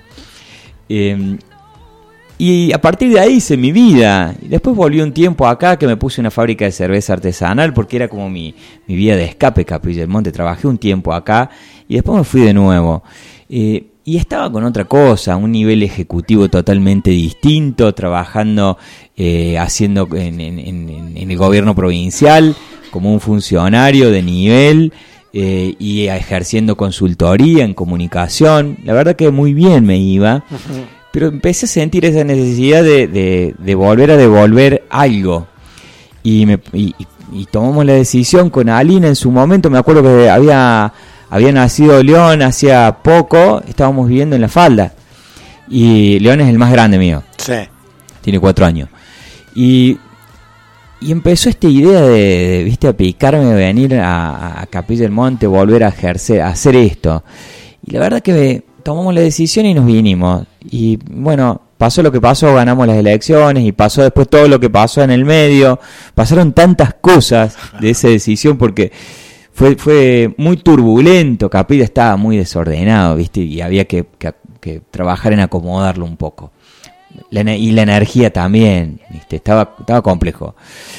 Y a partir de ahí hice mi vida. Y después volví un tiempo acá que me puse una fábrica de cerveza artesanal porque era como mi vía de escape, Capilla del Monte. Trabajé un tiempo acá y después me fui de nuevo. Y estaba con otra cosa, un nivel ejecutivo totalmente distinto, trabajando, haciendo en el gobierno provincial como un funcionario de nivel y ejerciendo consultoría en comunicación. La verdad que muy bien me iba, pero empecé a sentir esa necesidad de volver a devolver algo. Y tomamos la decisión con Alina en su momento. Me acuerdo que había nacido León hacía poco, estábamos viviendo en La Falda. Y León es el más grande mío. Sí. Tiene 4 años. Y empezó esta idea de a picarme, de venir a Capilla del Monte, volver a ejercer, a hacer esto. Y la verdad que tomamos la decisión y nos vinimos. Y bueno, pasó lo que pasó, ganamos las elecciones y pasó después todo lo que pasó en el medio. Pasaron tantas cosas de esa decisión porque fue muy turbulento. Capilla estaba muy desordenado, ¿viste? Y había que trabajar en acomodarlo un poco. Y la energía también, ¿viste? Estaba complejo.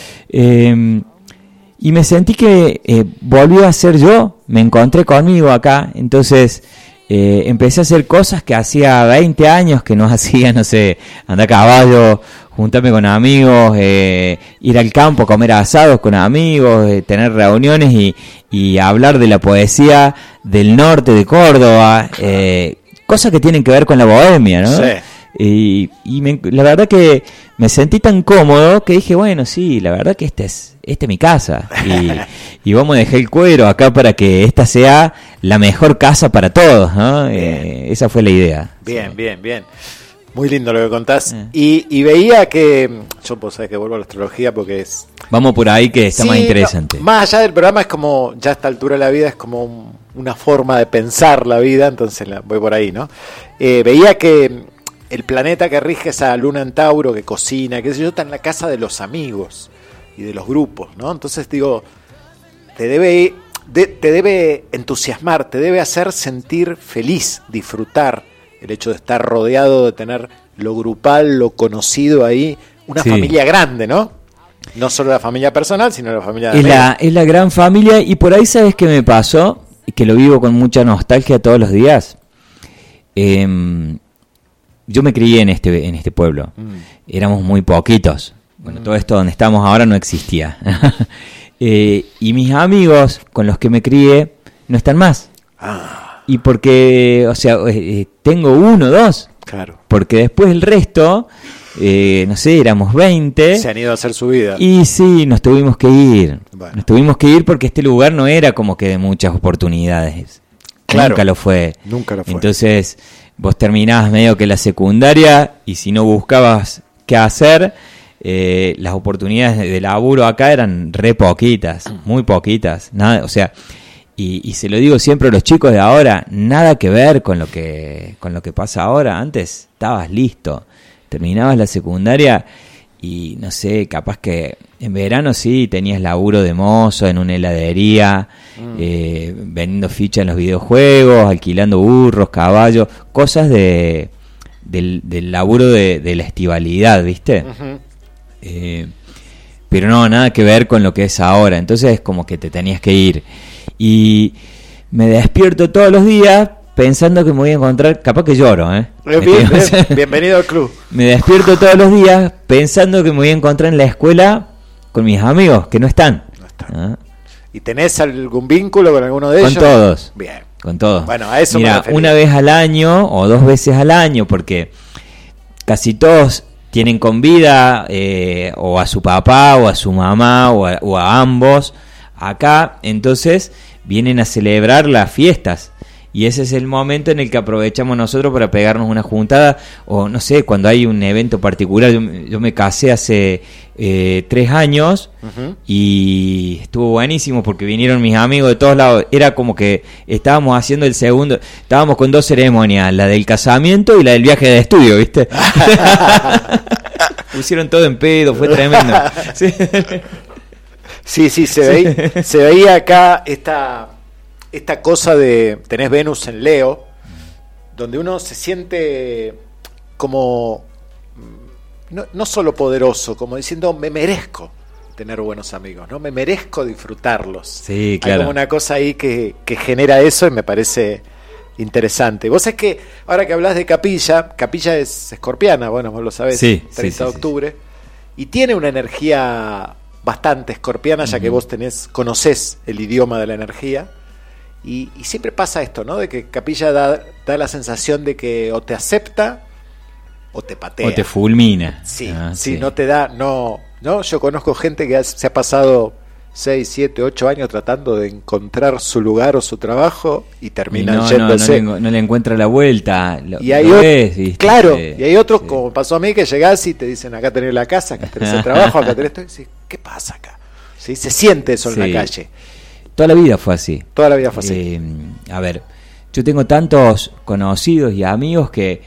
Y me sentí que volvió a ser yo, me encontré conmigo acá, entonces empecé a hacer cosas que hacía 20 años que no hacía, no sé, andar a caballo, juntarme con amigos, ir al campo, comer asados con amigos, tener reuniones y hablar de la poesía del norte de Córdoba, cosas que tienen que ver con la bohemia, ¿no? Sí. La verdad que me sentí tan cómodo que dije, bueno, sí, la verdad que esta es mi casa y vamos a dejar el cuero acá para que esta sea la mejor casa para todos, ¿no? Esa fue la idea. Bien, sí. Bien. Muy lindo lo que contás. Y veía que, yo pues sabés que vuelvo a la astrología porque es... Vamos por ahí que está más interesante. No, más allá del programa es como, ya a esta altura de la vida es como una forma de pensar la vida, entonces voy por ahí, ¿no? Veía que el planeta que rige esa luna en Tauro, que cocina, qué sé yo, está en la casa de los amigos y de los grupos, ¿no? Entonces digo, te debe entusiasmar, te debe hacer sentir feliz, disfrutar el hecho de estar rodeado, de tener lo grupal, lo conocido ahí, una familia grande, ¿no? No solo la familia personal, sino la familia de es la gran familia. Y por ahí, ¿sabes qué me pasó? Que lo vivo con mucha nostalgia todos los días. Yo me crié en este pueblo. Éramos muy poquitos. Bueno, todo esto donde estamos ahora no existía. Y mis amigos con los que me crié no están más. Y porque, o sea, tengo 1, 2. Claro. Porque después el resto, no sé, éramos 20. Se han ido a hacer su vida. Y sí, nos tuvimos que ir. Bueno. Nos tuvimos que ir porque este lugar no era como que de muchas oportunidades. Claro. Nunca lo fue. Nunca lo fue. Entonces, vos terminabas medio que la secundaria y si no buscabas qué hacer, las oportunidades de laburo acá eran re poquitas, muy poquitas. Nada, o sea, y se lo digo siempre a los chicos de ahora, nada que ver con lo que pasa ahora. Antes estabas listo, terminabas la secundaria y no sé, capaz que en verano sí tenías laburo de mozo en una heladería, vendiendo fichas en los videojuegos, alquilando burros, caballos, cosas del laburo de la estivalidad, ¿viste? Pero no, nada que ver con lo que es ahora. Entonces es como que te tenías que ir. Y me despierto todos los días pensando que me voy a encontrar, capaz que lloro, Bienvenido al club. Me despierto todos los días pensando que me voy a encontrar en la escuela con mis amigos que no están. ¿Y tenés algún vínculo con alguno de ellos? Con todos. Bien. Con todos. Bueno, a eso mira, me refería. Una vez al año o 2 veces al año, porque casi todos tienen con vida o a su papá o a su mamá o a ambos acá, entonces vienen a celebrar las fiestas. Y ese es el momento en el que aprovechamos nosotros para pegarnos una juntada, o no sé, cuando hay un evento particular. Yo me casé hace 3 años y estuvo buenísimo porque vinieron mis amigos de todos lados. Era como que estábamos haciendo estábamos con 2 ceremonias, la del casamiento y la del viaje de estudio, ¿viste? Pusieron todo en pedo, fue tremendo. Sí, se veía acá esta cosa de, tenés Venus en Leo, donde uno se siente como, no solo poderoso, como diciendo, me merezco tener buenos amigos, ¿no? Me merezco disfrutarlos. Sí, claro. Hay como una cosa ahí que genera eso y me parece interesante. Vos sabés que, ahora que hablas de Capilla es escorpiana, bueno, vos lo sabés, sí, 30 de octubre, y tiene una energía bastante escorpiana, ya que vos conocés el idioma de la energía. Y siempre pasa esto, ¿no? De que Capilla da la sensación de que o te acepta o te patea. O te fulmina. Sí, no te da, no. Yo conozco gente que se ha pasado 6, 7, 8 años tratando de encontrar su lugar o su trabajo y terminan yéndose. No le encuentra la vuelta. Y hay y hay otros, como pasó a mí, que llegás y te dicen, acá tenés la casa, acá tenés el trabajo, acá tenés esto. Y decís, ¿qué pasa acá? ¿Sí? Se siente eso en la calle. Toda la vida fue así. A ver, yo tengo tantos conocidos y amigos que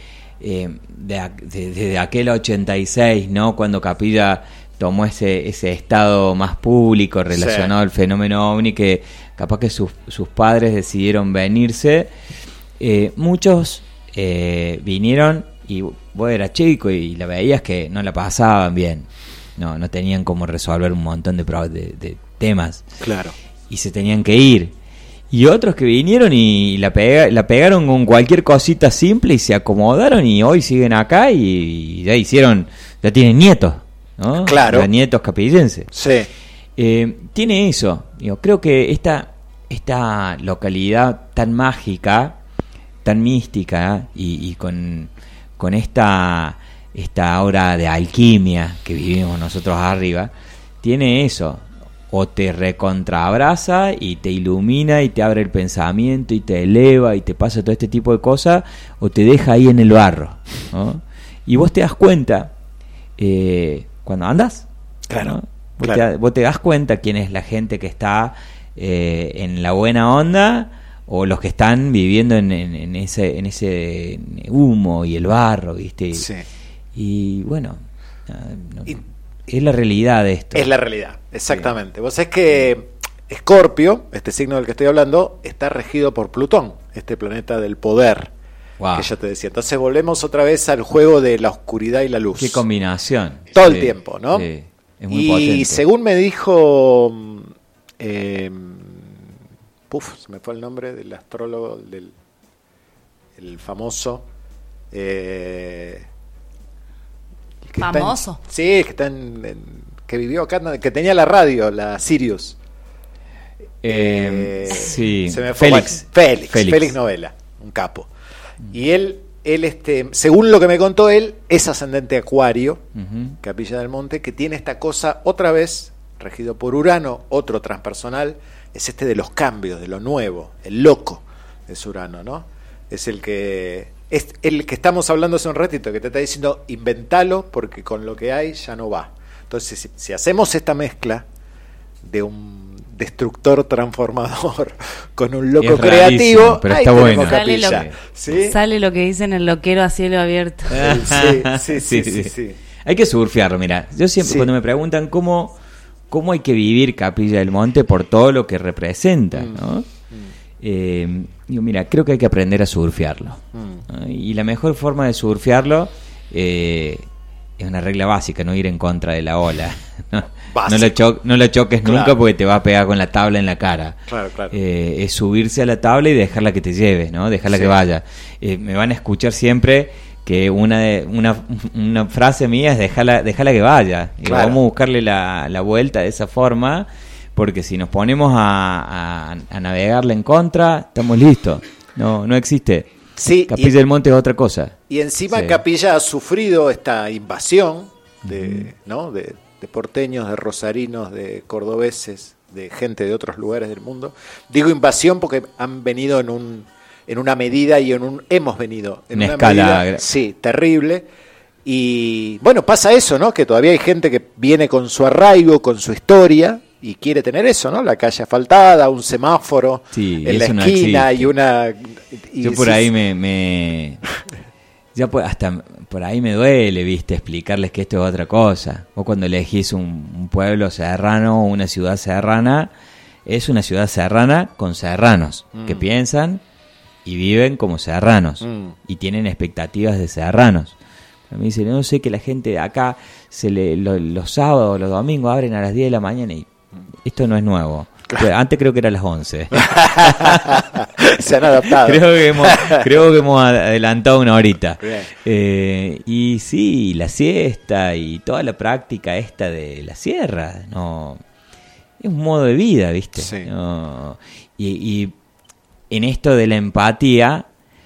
desde aquel 86, ¿no? Cuando Capilla tomó ese estado más público relacionado al fenómeno OVNI, que capaz que sus padres decidieron venirse. Muchos vinieron y vos eras chico y la veías que no la pasaban bien. No tenían cómo resolver un montón de temas. Claro. Y se tenían que ir. Y otros que vinieron y la pegaron con cualquier cosita simple y se acomodaron y hoy siguen acá y ya tienen nietos, ¿no? Claro. Ya nietos capillenses. Sí. Tiene eso. Creo que esta localidad tan mágica, tan mística y con esta hora de alquimia que vivimos nosotros arriba, tiene eso. O te recontraabraza y te ilumina y te abre el pensamiento y te eleva y te pasa todo este tipo de cosas, o te deja ahí en el barro, ¿no? Y vos te das cuenta cuando andas, claro, ¿no? Vos te das cuenta quién es la gente que está en la buena onda o los que están viviendo en ese humo y el barro, ¿viste? Sí. Y bueno, es la realidad de esto. Es la realidad, exactamente. Sí. Vos sabés que Escorpio, este signo del que estoy hablando, está regido por Plutón, este planeta del poder, que yo te decía. Entonces volvemos otra vez al juego de la oscuridad y la luz. Qué combinación. Todo el tiempo, ¿no? Sí, es muy potente. Y según me dijo... se me fue el nombre del astrólogo, el famoso... ¿Famoso? Que está que vivió acá, que tenía la radio, la Sirius. Sí, se me fue Félix Novela, un capo. Y él según lo que me contó él, es ascendente Acuario, Capilla del Monte, que tiene esta cosa otra vez, regido por Urano, otro transpersonal, es de los cambios, de lo nuevo, el loco es Urano, ¿no? Es el que estamos hablando hace un ratito, que te está diciendo, inventalo, porque con lo que hay ya no va. Entonces, si hacemos esta mezcla de un destructor transformador con un loco creativo, pero está bueno. Sale lo que dicen el loquero a cielo abierto. Sí. Hay que surfearlo, mira. Yo siempre cuando me preguntan cómo hay que vivir Capilla del Monte por todo lo que representa, ¿no? Digo, mira, creo que hay que aprender a surfearlo. Y la mejor forma de surfearlo es una regla básica, no ir en contra de la ola. No la choques nunca, porque te va a pegar con la tabla en la cara. Claro. Es subirse a la tabla y dejarla que te lleve, ¿no? Dejarla que vaya. Me van a escuchar siempre que una frase mía es dejarla que vaya. Y vamos a buscarle la vuelta de esa forma, porque si nos ponemos a navegarla en contra, estamos listos. No existe. Sí, Capilla del Monte es otra cosa. Y encima Capilla ha sufrido esta invasión de porteños, de rosarinos, de cordobeses, de gente de otros lugares del mundo. Digo invasión porque han venido en una medida y hemos venido en una escala medida, terrible. Y bueno, pasa eso, ¿no? Que todavía hay gente que viene con su arraigo, con su historia, y quiere tener eso, ¿no? La calle asfaltada, un semáforo en la esquina y una... Yo por ahí hasta por ahí me duele, ¿viste? Explicarles que esto es otra cosa. Vos cuando elegís un pueblo serrano o una ciudad serrana, es una ciudad serrana con serranos que piensan y viven como serranos y tienen expectativas de serranos. A mí dicen, no sé, que la gente de acá los sábados, los domingos abren a las 10 de la mañana y esto no es nuevo. Claro. Antes creo que era a las 11. Se han adaptado. Creo que hemos adelantado una horita. Y sí, la siesta y toda la práctica esta de la sierra, no, es un modo de vida, ¿viste? Sí. No, y en esto de la empatía,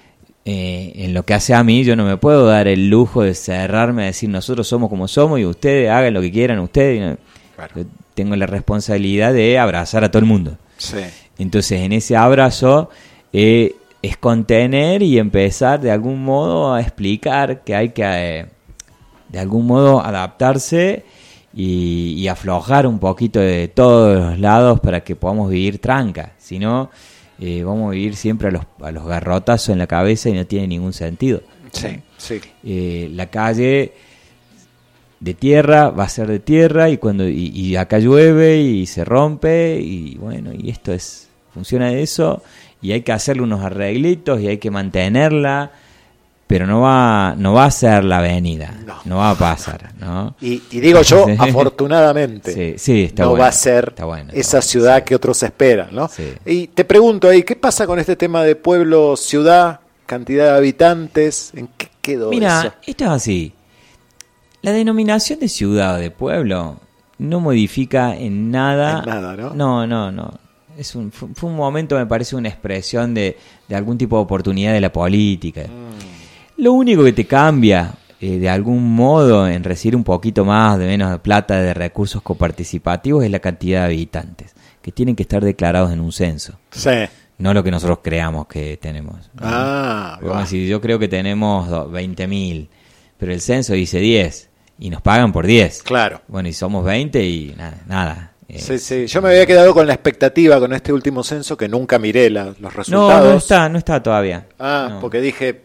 en lo que hace a mí, yo no me puedo dar el lujo de cerrarme a decir nosotros somos como somos y ustedes hagan lo que quieran ustedes. Claro. Yo tengo la responsabilidad de abrazar a todo el mundo. Sí. Entonces, en ese abrazo es contener y empezar de algún modo a explicar que hay que de algún modo adaptarse y aflojar un poquito de todos los lados para que podamos vivir tranca. Si no, vamos a vivir siempre a los garrotazos en la cabeza y no tiene ningún sentido. Sí. La calle de tierra va a ser de tierra y acá llueve y se rompe y bueno, y esto funciona de eso y hay que hacerle unos arreglitos y hay que mantenerla, pero no va a ser la avenida, no va a pasar, ¿no? Y digo yo, afortunadamente, sí, está no bueno, va a ser esa ciudad que otros esperan, ¿no? Sí. Y te pregunto ahí, ¿qué pasa con este tema de pueblo, ciudad, cantidad de habitantes? ¿En qué quedó eso? Mira, esto es así. La denominación de ciudad o de pueblo no modifica en nada. En nada, ¿no? No. Fue un momento, me parece, una expresión de algún tipo de oportunidad de la política. Lo único que te cambia, de algún modo, en recibir un poquito más de menos plata de recursos coparticipativos es la cantidad de habitantes, que tienen que estar declarados en un censo. Sí. No lo que nosotros creamos que tenemos. Si yo creo que tenemos 20.000, pero el censo dice 10. Y nos pagan por 10. Claro. Bueno, y somos 20 y nada. Sí. Yo me había quedado con la expectativa con este último censo, que nunca miré los resultados. No está todavía. No. Porque dije,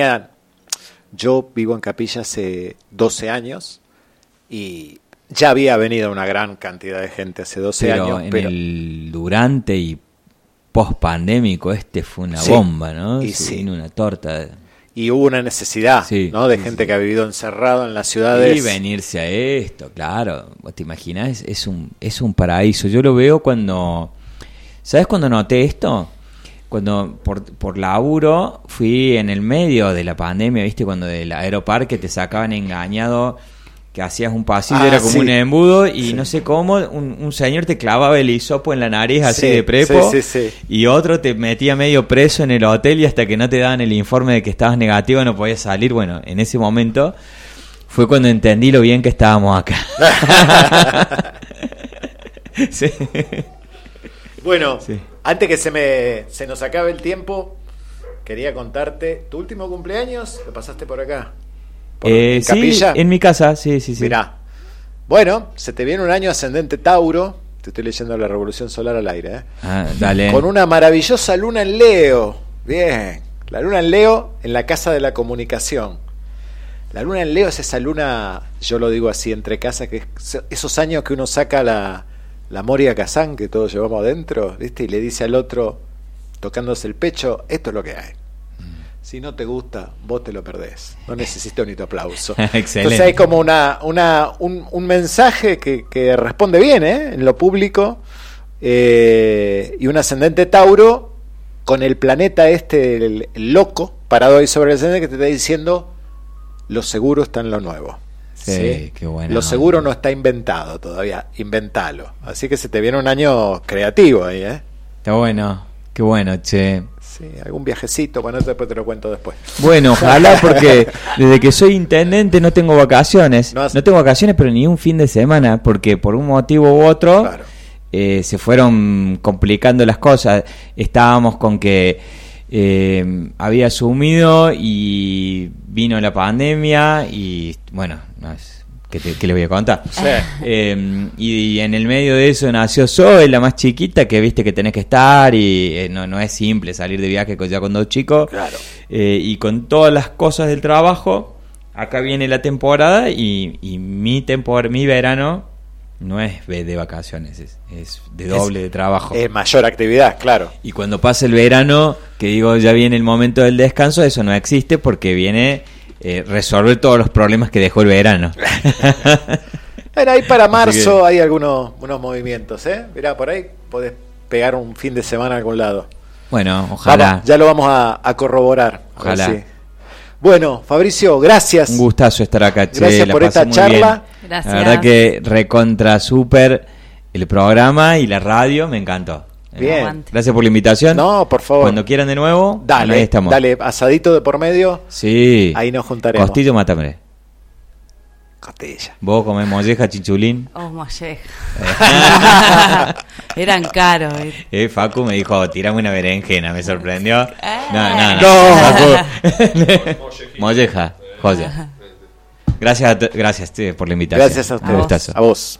yo vivo en Capilla hace 12 años y ya había venido una gran cantidad de gente hace 12 años. Pero el durante y post-pandémico fue una bomba, ¿no? Y vino una torta. Y hubo una necesidad, ¿no? De gente que ha vivido encerrado en las ciudades. Y venirse a esto, claro. ¿Vos te imaginás? Es un paraíso. Yo lo veo cuando... ¿Sabes cuando noté esto? Cuando por laburo fui en el medio de la pandemia, ¿viste? Cuando del aeroparque te sacaban engañado, que hacías un pasillo, era como un embudo, y no sé cómo, un señor te clavaba el hisopo en la nariz así de prepo, y otro te metía medio preso en el hotel, y hasta que no te daban el informe de que estabas negativo no podías salir. Bueno, en ese momento fue cuando entendí lo bien que estábamos acá. Sí. Bueno, antes que se nos acabe el tiempo, quería contarte, ¿tu último cumpleaños lo pasaste por acá? ¿En Capilla? En mi casa, sí. Mirá, bueno, se te viene un año ascendente Tauro, te estoy leyendo la revolución solar al aire, dale. Con una maravillosa luna en Leo, bien, la luna en Leo en la casa de la comunicación. La luna en Leo es esa luna, yo lo digo así entre casa, que es esos años que uno saca la Moria Kazán que todos llevamos adentro, ¿viste? Y le dice al otro, tocándose el pecho, esto es lo que hay. Si no te gusta, vos te lo perdés. No necesito ni tu aplauso. Excelente. Entonces hay como un mensaje que responde bien, en lo público, y un ascendente Tauro con el planeta el loco parado ahí sobre el ascendente, que te está diciendo, lo seguro está en lo nuevo. Sí, qué bueno. Lo seguro no está inventado todavía, inventalo. Así que se te viene un año creativo ahí, Está bueno, qué bueno, che. Sí, algún viajecito, bueno, después te lo cuento después. Bueno, ojalá, porque desde que soy intendente no tengo vacaciones. No tengo vacaciones, pero ni un fin de semana, porque por un motivo u otro se fueron complicando las cosas. Estábamos con que había asumido y vino la pandemia y bueno, ¿qué les voy a contar? Sí. Y en el medio de eso nació Zoe, la más chiquita, que viste que tenés que estar y no es simple salir de viaje ya con 2 chicos. Claro. Y con todas las cosas del trabajo, acá viene la temporada y mi verano no es de vacaciones, es de doble de trabajo. Es mayor actividad, claro. Y cuando pasa el verano, que digo ya viene el momento del descanso, eso no existe porque viene resolver todos los problemas que dejó el verano. Bueno, ahí para marzo hay unos movimientos, Mirá, por ahí podés pegar un fin de semana a algún lado. Bueno, ojalá. Ya lo vamos a corroborar. Ojalá. Sí. Bueno, Fabricio, gracias. Un gustazo estar acá, che. Gracias por esta charla. Gracias. La verdad que recontra súper el programa y la radio, me encantó. Bien. Gracias por la invitación. No, por favor. Cuando quieran de nuevo, dale, ahí estamos. Dale, asadito de por medio. Sí. Ahí nos juntaremos. Costillo, mátambre. Costilla. ¿Vos comés molleja, chinchulín? Molleja. Eran caros. Facu me dijo, tirame una berenjena, me sorprendió. No. Facu. Molleja, joya. Gracias por la invitación. Gracias a ustedes. Un gustazo. A vos.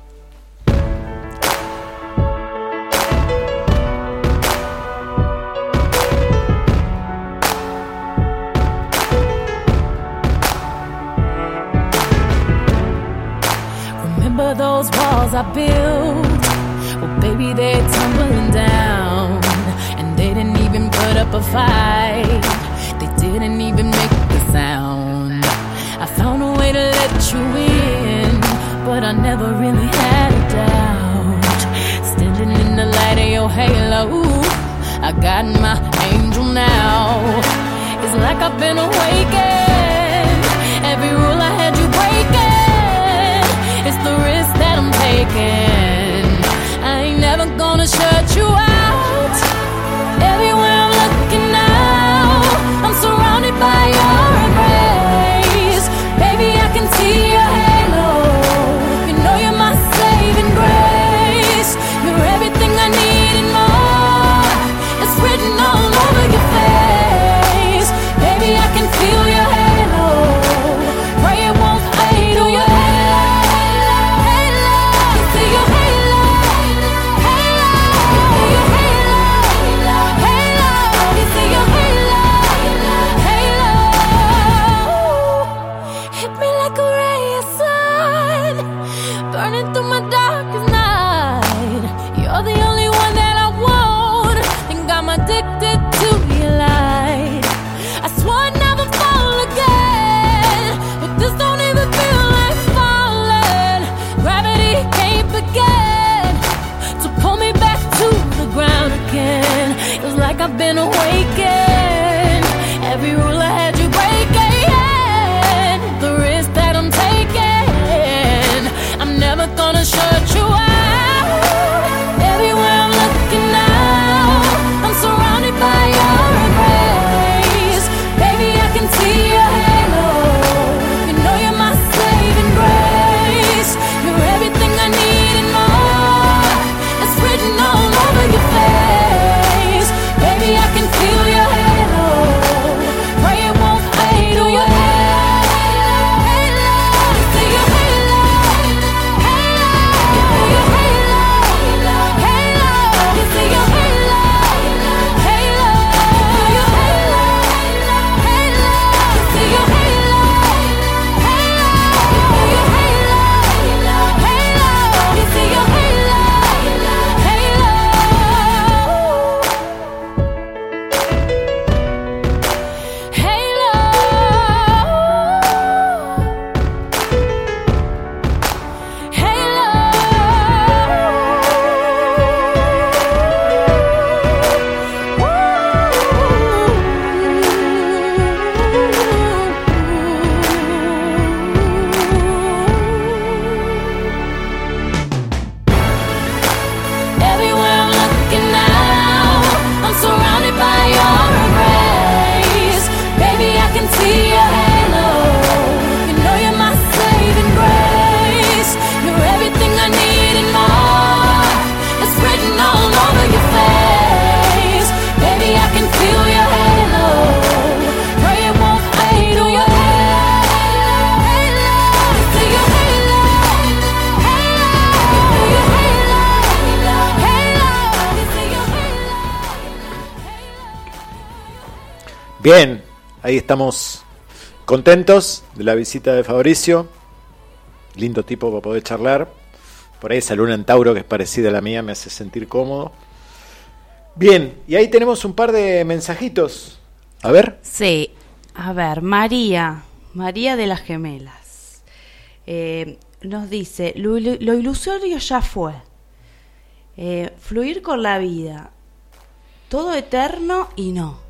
Remember those walls I built? Well, baby, they're tumbling down. And they didn't even put up a fight. They didn't even make a sound. I found a way to let you in, but I never really had a doubt. Standing in the light of your halo, I got my angel now. It's like I've been awakened. Every rule I had you breaking. It's the risk that I'm taking. I ain't never gonna shut you out. Everywhere I'm looking now, I'm surrounded by your embrace. Baby, I can see your halo. You know you're my saving grace. You're everything I need and more. It's written all over your face. Baby, I can feel your halo. burning through my darkest night. You're the only one that I want. Think I'm addicted to your light. I swore I'd never fall again, but this don't even feel like falling. Gravity can't begin to pull me back to the ground again. It's like I've been awakened. Every rule I had you breaking, the risk that I'm taking, I'm never gonna shut you out. Everywhere I'm looking now, I'm surrounded by your embrace. Baby, I can see your halo. You know you're my saving grace. You're everything I need and more. It's written all over your face. Baby, I can feel your halo. Pray it won't fade away. See your halo. You see your halo. You see your halo. You see your Everywhere I'm looking now, I'm surrounded by your embrace. Baby, I can see your halo. You know you're my saving grace. You're everything I need and more. It's written all over your face. Baby, I can feel your halo. Pray it won't fade away. See your halo. Bien, ahí estamos contentos de la visita de Fabricio. Lindo tipo para poder charlar. Por ahí esa luna en Tauro que es parecida a la mía me hace sentir cómodo. Bien, y ahí tenemos un par de mensajitos. A ver. Sí, a ver, María de las Gemelas. Nos dice, lo ilusorio ya fue. Fluir con la vida. Todo eterno y no.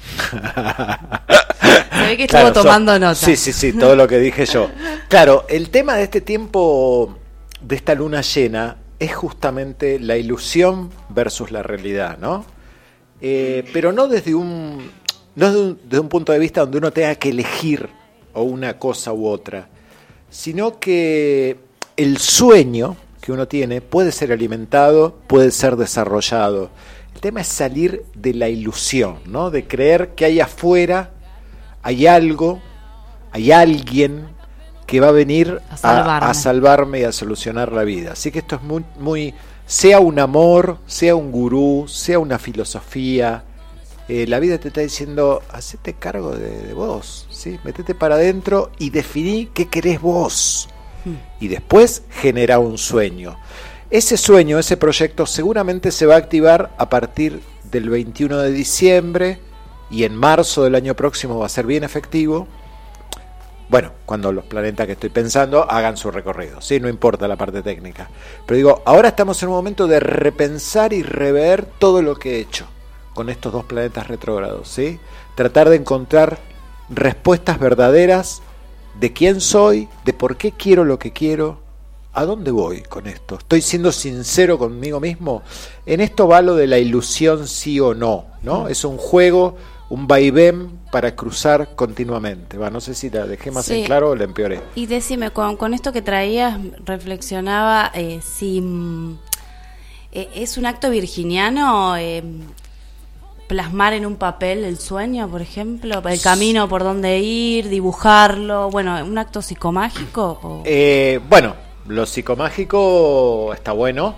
Se ve que estuvo Claro, tomando nota. Sí, todo lo que dije yo. Claro, el tema de este tiempo, de esta luna llena, es justamente la ilusión versus la realidad, ¿no? Pero no desde un punto de vista donde uno tenga que elegir o una cosa u otra, sino que el sueño que uno tiene puede ser alimentado, puede ser desarrollado. El tema es salir de la ilusión, ¿no? De creer que ahí afuera hay algo, hay alguien que va a venir a salvarme y a solucionar la vida. Así que esto es muy, sea un amor, sea un gurú, sea una filosofía, la vida te está diciendo, hacete cargo de vos, ¿sí? Metete para adentro y definí qué querés vos. Y después genera un sueño. Ese sueño, ese proyecto seguramente se va a activar a partir del 21 de diciembre y en marzo del año próximo va a ser bien efectivo. Bueno, cuando los planetas que estoy pensando hagan su recorrido, ¿sí? No importa la parte técnica. Pero digo, ahora estamos en un momento de repensar y rever todo lo que he hecho con estos dos planetas retrógrados, ¿sí? Tratar de encontrar respuestas verdaderas de quién soy, de por qué quiero lo que quiero. ¿A dónde voy con esto? ¿Estoy siendo sincero conmigo mismo? En esto va lo de la ilusión sí o no, ¿no? Es un juego, un vaivén para cruzar continuamente. No sé si la dejé más en claro o la empeoré. Y decime, con esto que traías, reflexionaba si es un acto virginiano plasmar en un papel el sueño, por ejemplo, el camino por donde ir, dibujarlo, bueno, un acto psicomágico. ¿O? Bueno, lo psicomágico está bueno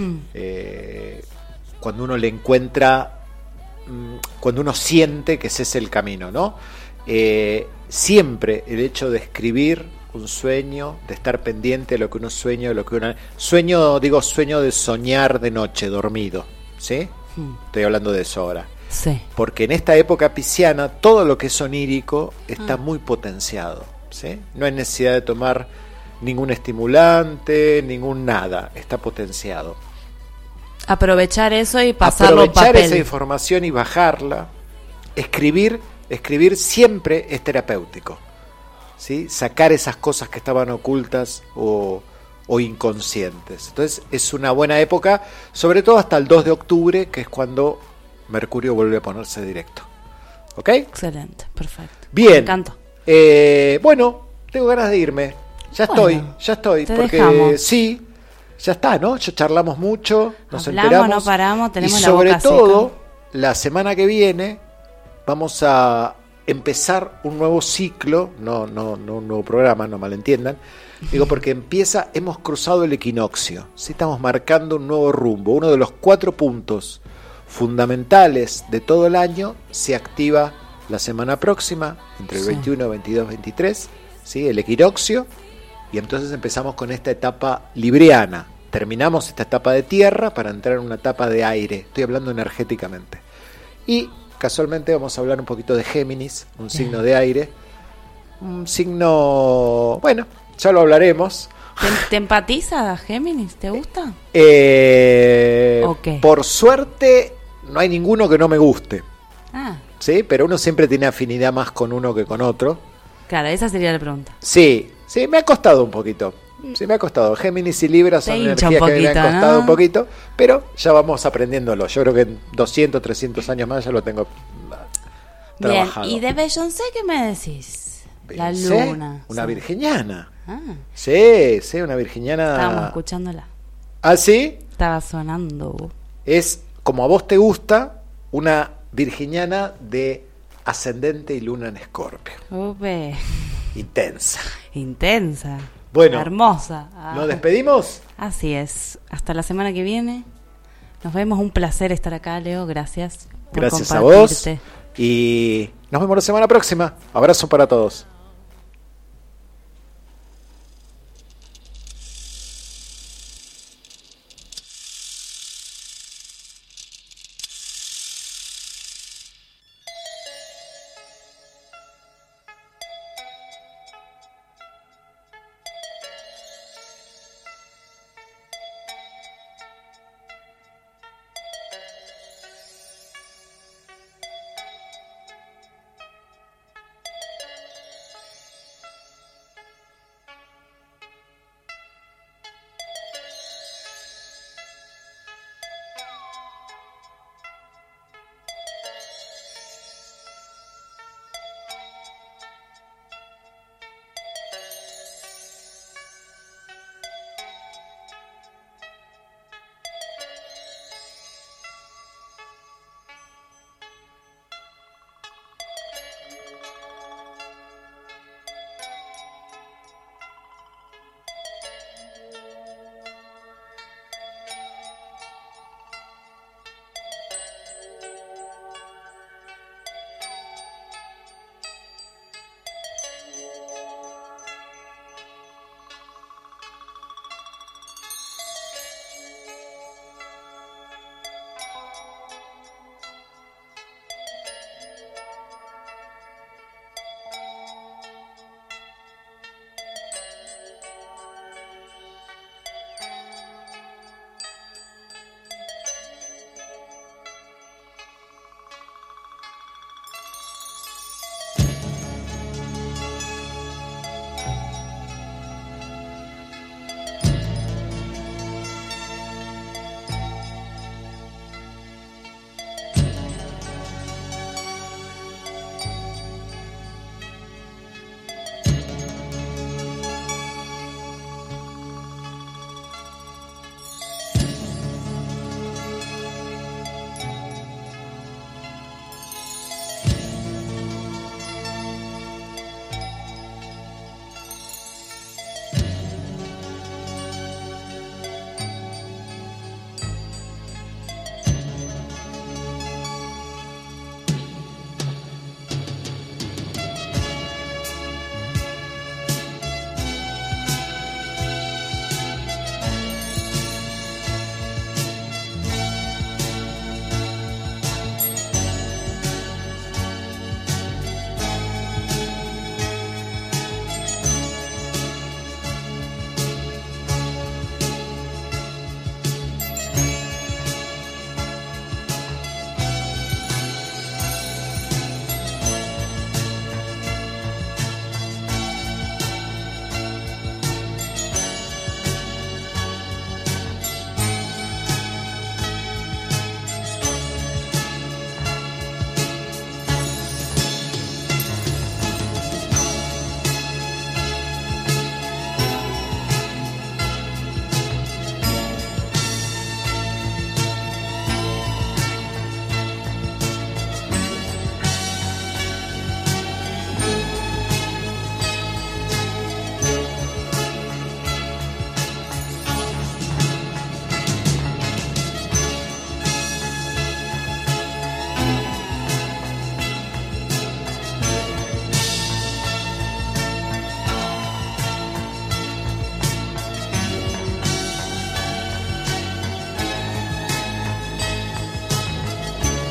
cuando uno le encuentra, cuando uno siente que ese es el camino, ¿no? Siempre el hecho de escribir un sueño, de estar pendiente de lo que uno sueña, de lo que uno... Sueño de soñar de noche, dormido, ¿sí? Estoy hablando de eso ahora. Sí. Porque en esta época pisciana todo lo que es onírico está muy potenciado, ¿sí? No hay necesidad de tomar ningún estimulante, ningún nada, está potenciado. Aprovechar eso y pasarlo a Aprovechar papel. esa información y bajarla. Escribir siempre es terapéutico, ¿sí? Sacar esas cosas que estaban ocultas o inconscientes. Entonces es una buena época, sobre todo hasta el 2 de octubre, que es cuando Mercurio vuelve a ponerse directo. ¿Ok? Excelente, perfecto. Bien. Me encanta. Bueno, tengo ganas de irme. Ya Bueno, estoy. te Porque dejamos. sí, ya está, ¿no? Ya charlamos mucho, nos Hablamos, enteramos. no paramos, tenemos y la sobre boca todo, seca. la semana que viene vamos a empezar un nuevo ciclo, no un nuevo programa, no malentiendan. Digo, porque hemos cruzado el equinoccio, ¿sí? Estamos marcando un nuevo rumbo. Uno de los 4 puntos fundamentales de todo el año se activa la semana próxima, entre el 21, 22, 23, ¿sí? El equinoccio, y entonces empezamos con esta etapa libriana. Terminamos esta etapa de tierra para entrar en una etapa de aire, estoy hablando energéticamente. Y casualmente vamos a hablar un poquito de Géminis, un signo de aire, un signo, bueno, ya lo hablaremos. ¿Te empatiza, Géminis? ¿Te gusta? Ok. Por suerte no hay ninguno que no me guste, Ah, ¿sí? Pero uno siempre tiene afinidad más con uno que con otro. claro, esa sería la pregunta. Sí, me ha costado un poquito. Sí, me ha costado. Géminis y Libra son Te hincha energías un que me han poquito, costado ¿no? un poquito, pero ya vamos aprendiéndolo. Yo creo que en 200, 300 años más ya lo tengo trabajado. Bien, ¿y de Beyoncé qué me decís? La Beyoncé, luna. una sí. virginiana. Ah, Sí, una virginiana. estábamos escuchándola. ¿Ah, sí? Estaba sonando. Es, como a vos te gusta, una virginiana de ascendente y luna en Escorpio. Upe, Intensa. intensa. Bueno, Hermosa. Ah, ¿nos despedimos? así es. Hasta la semana que viene. Nos vemos. Un placer estar acá, Leo. Gracias. Por Gracias a vos. compartirte. Y nos vemos la semana próxima. Abrazo para todos.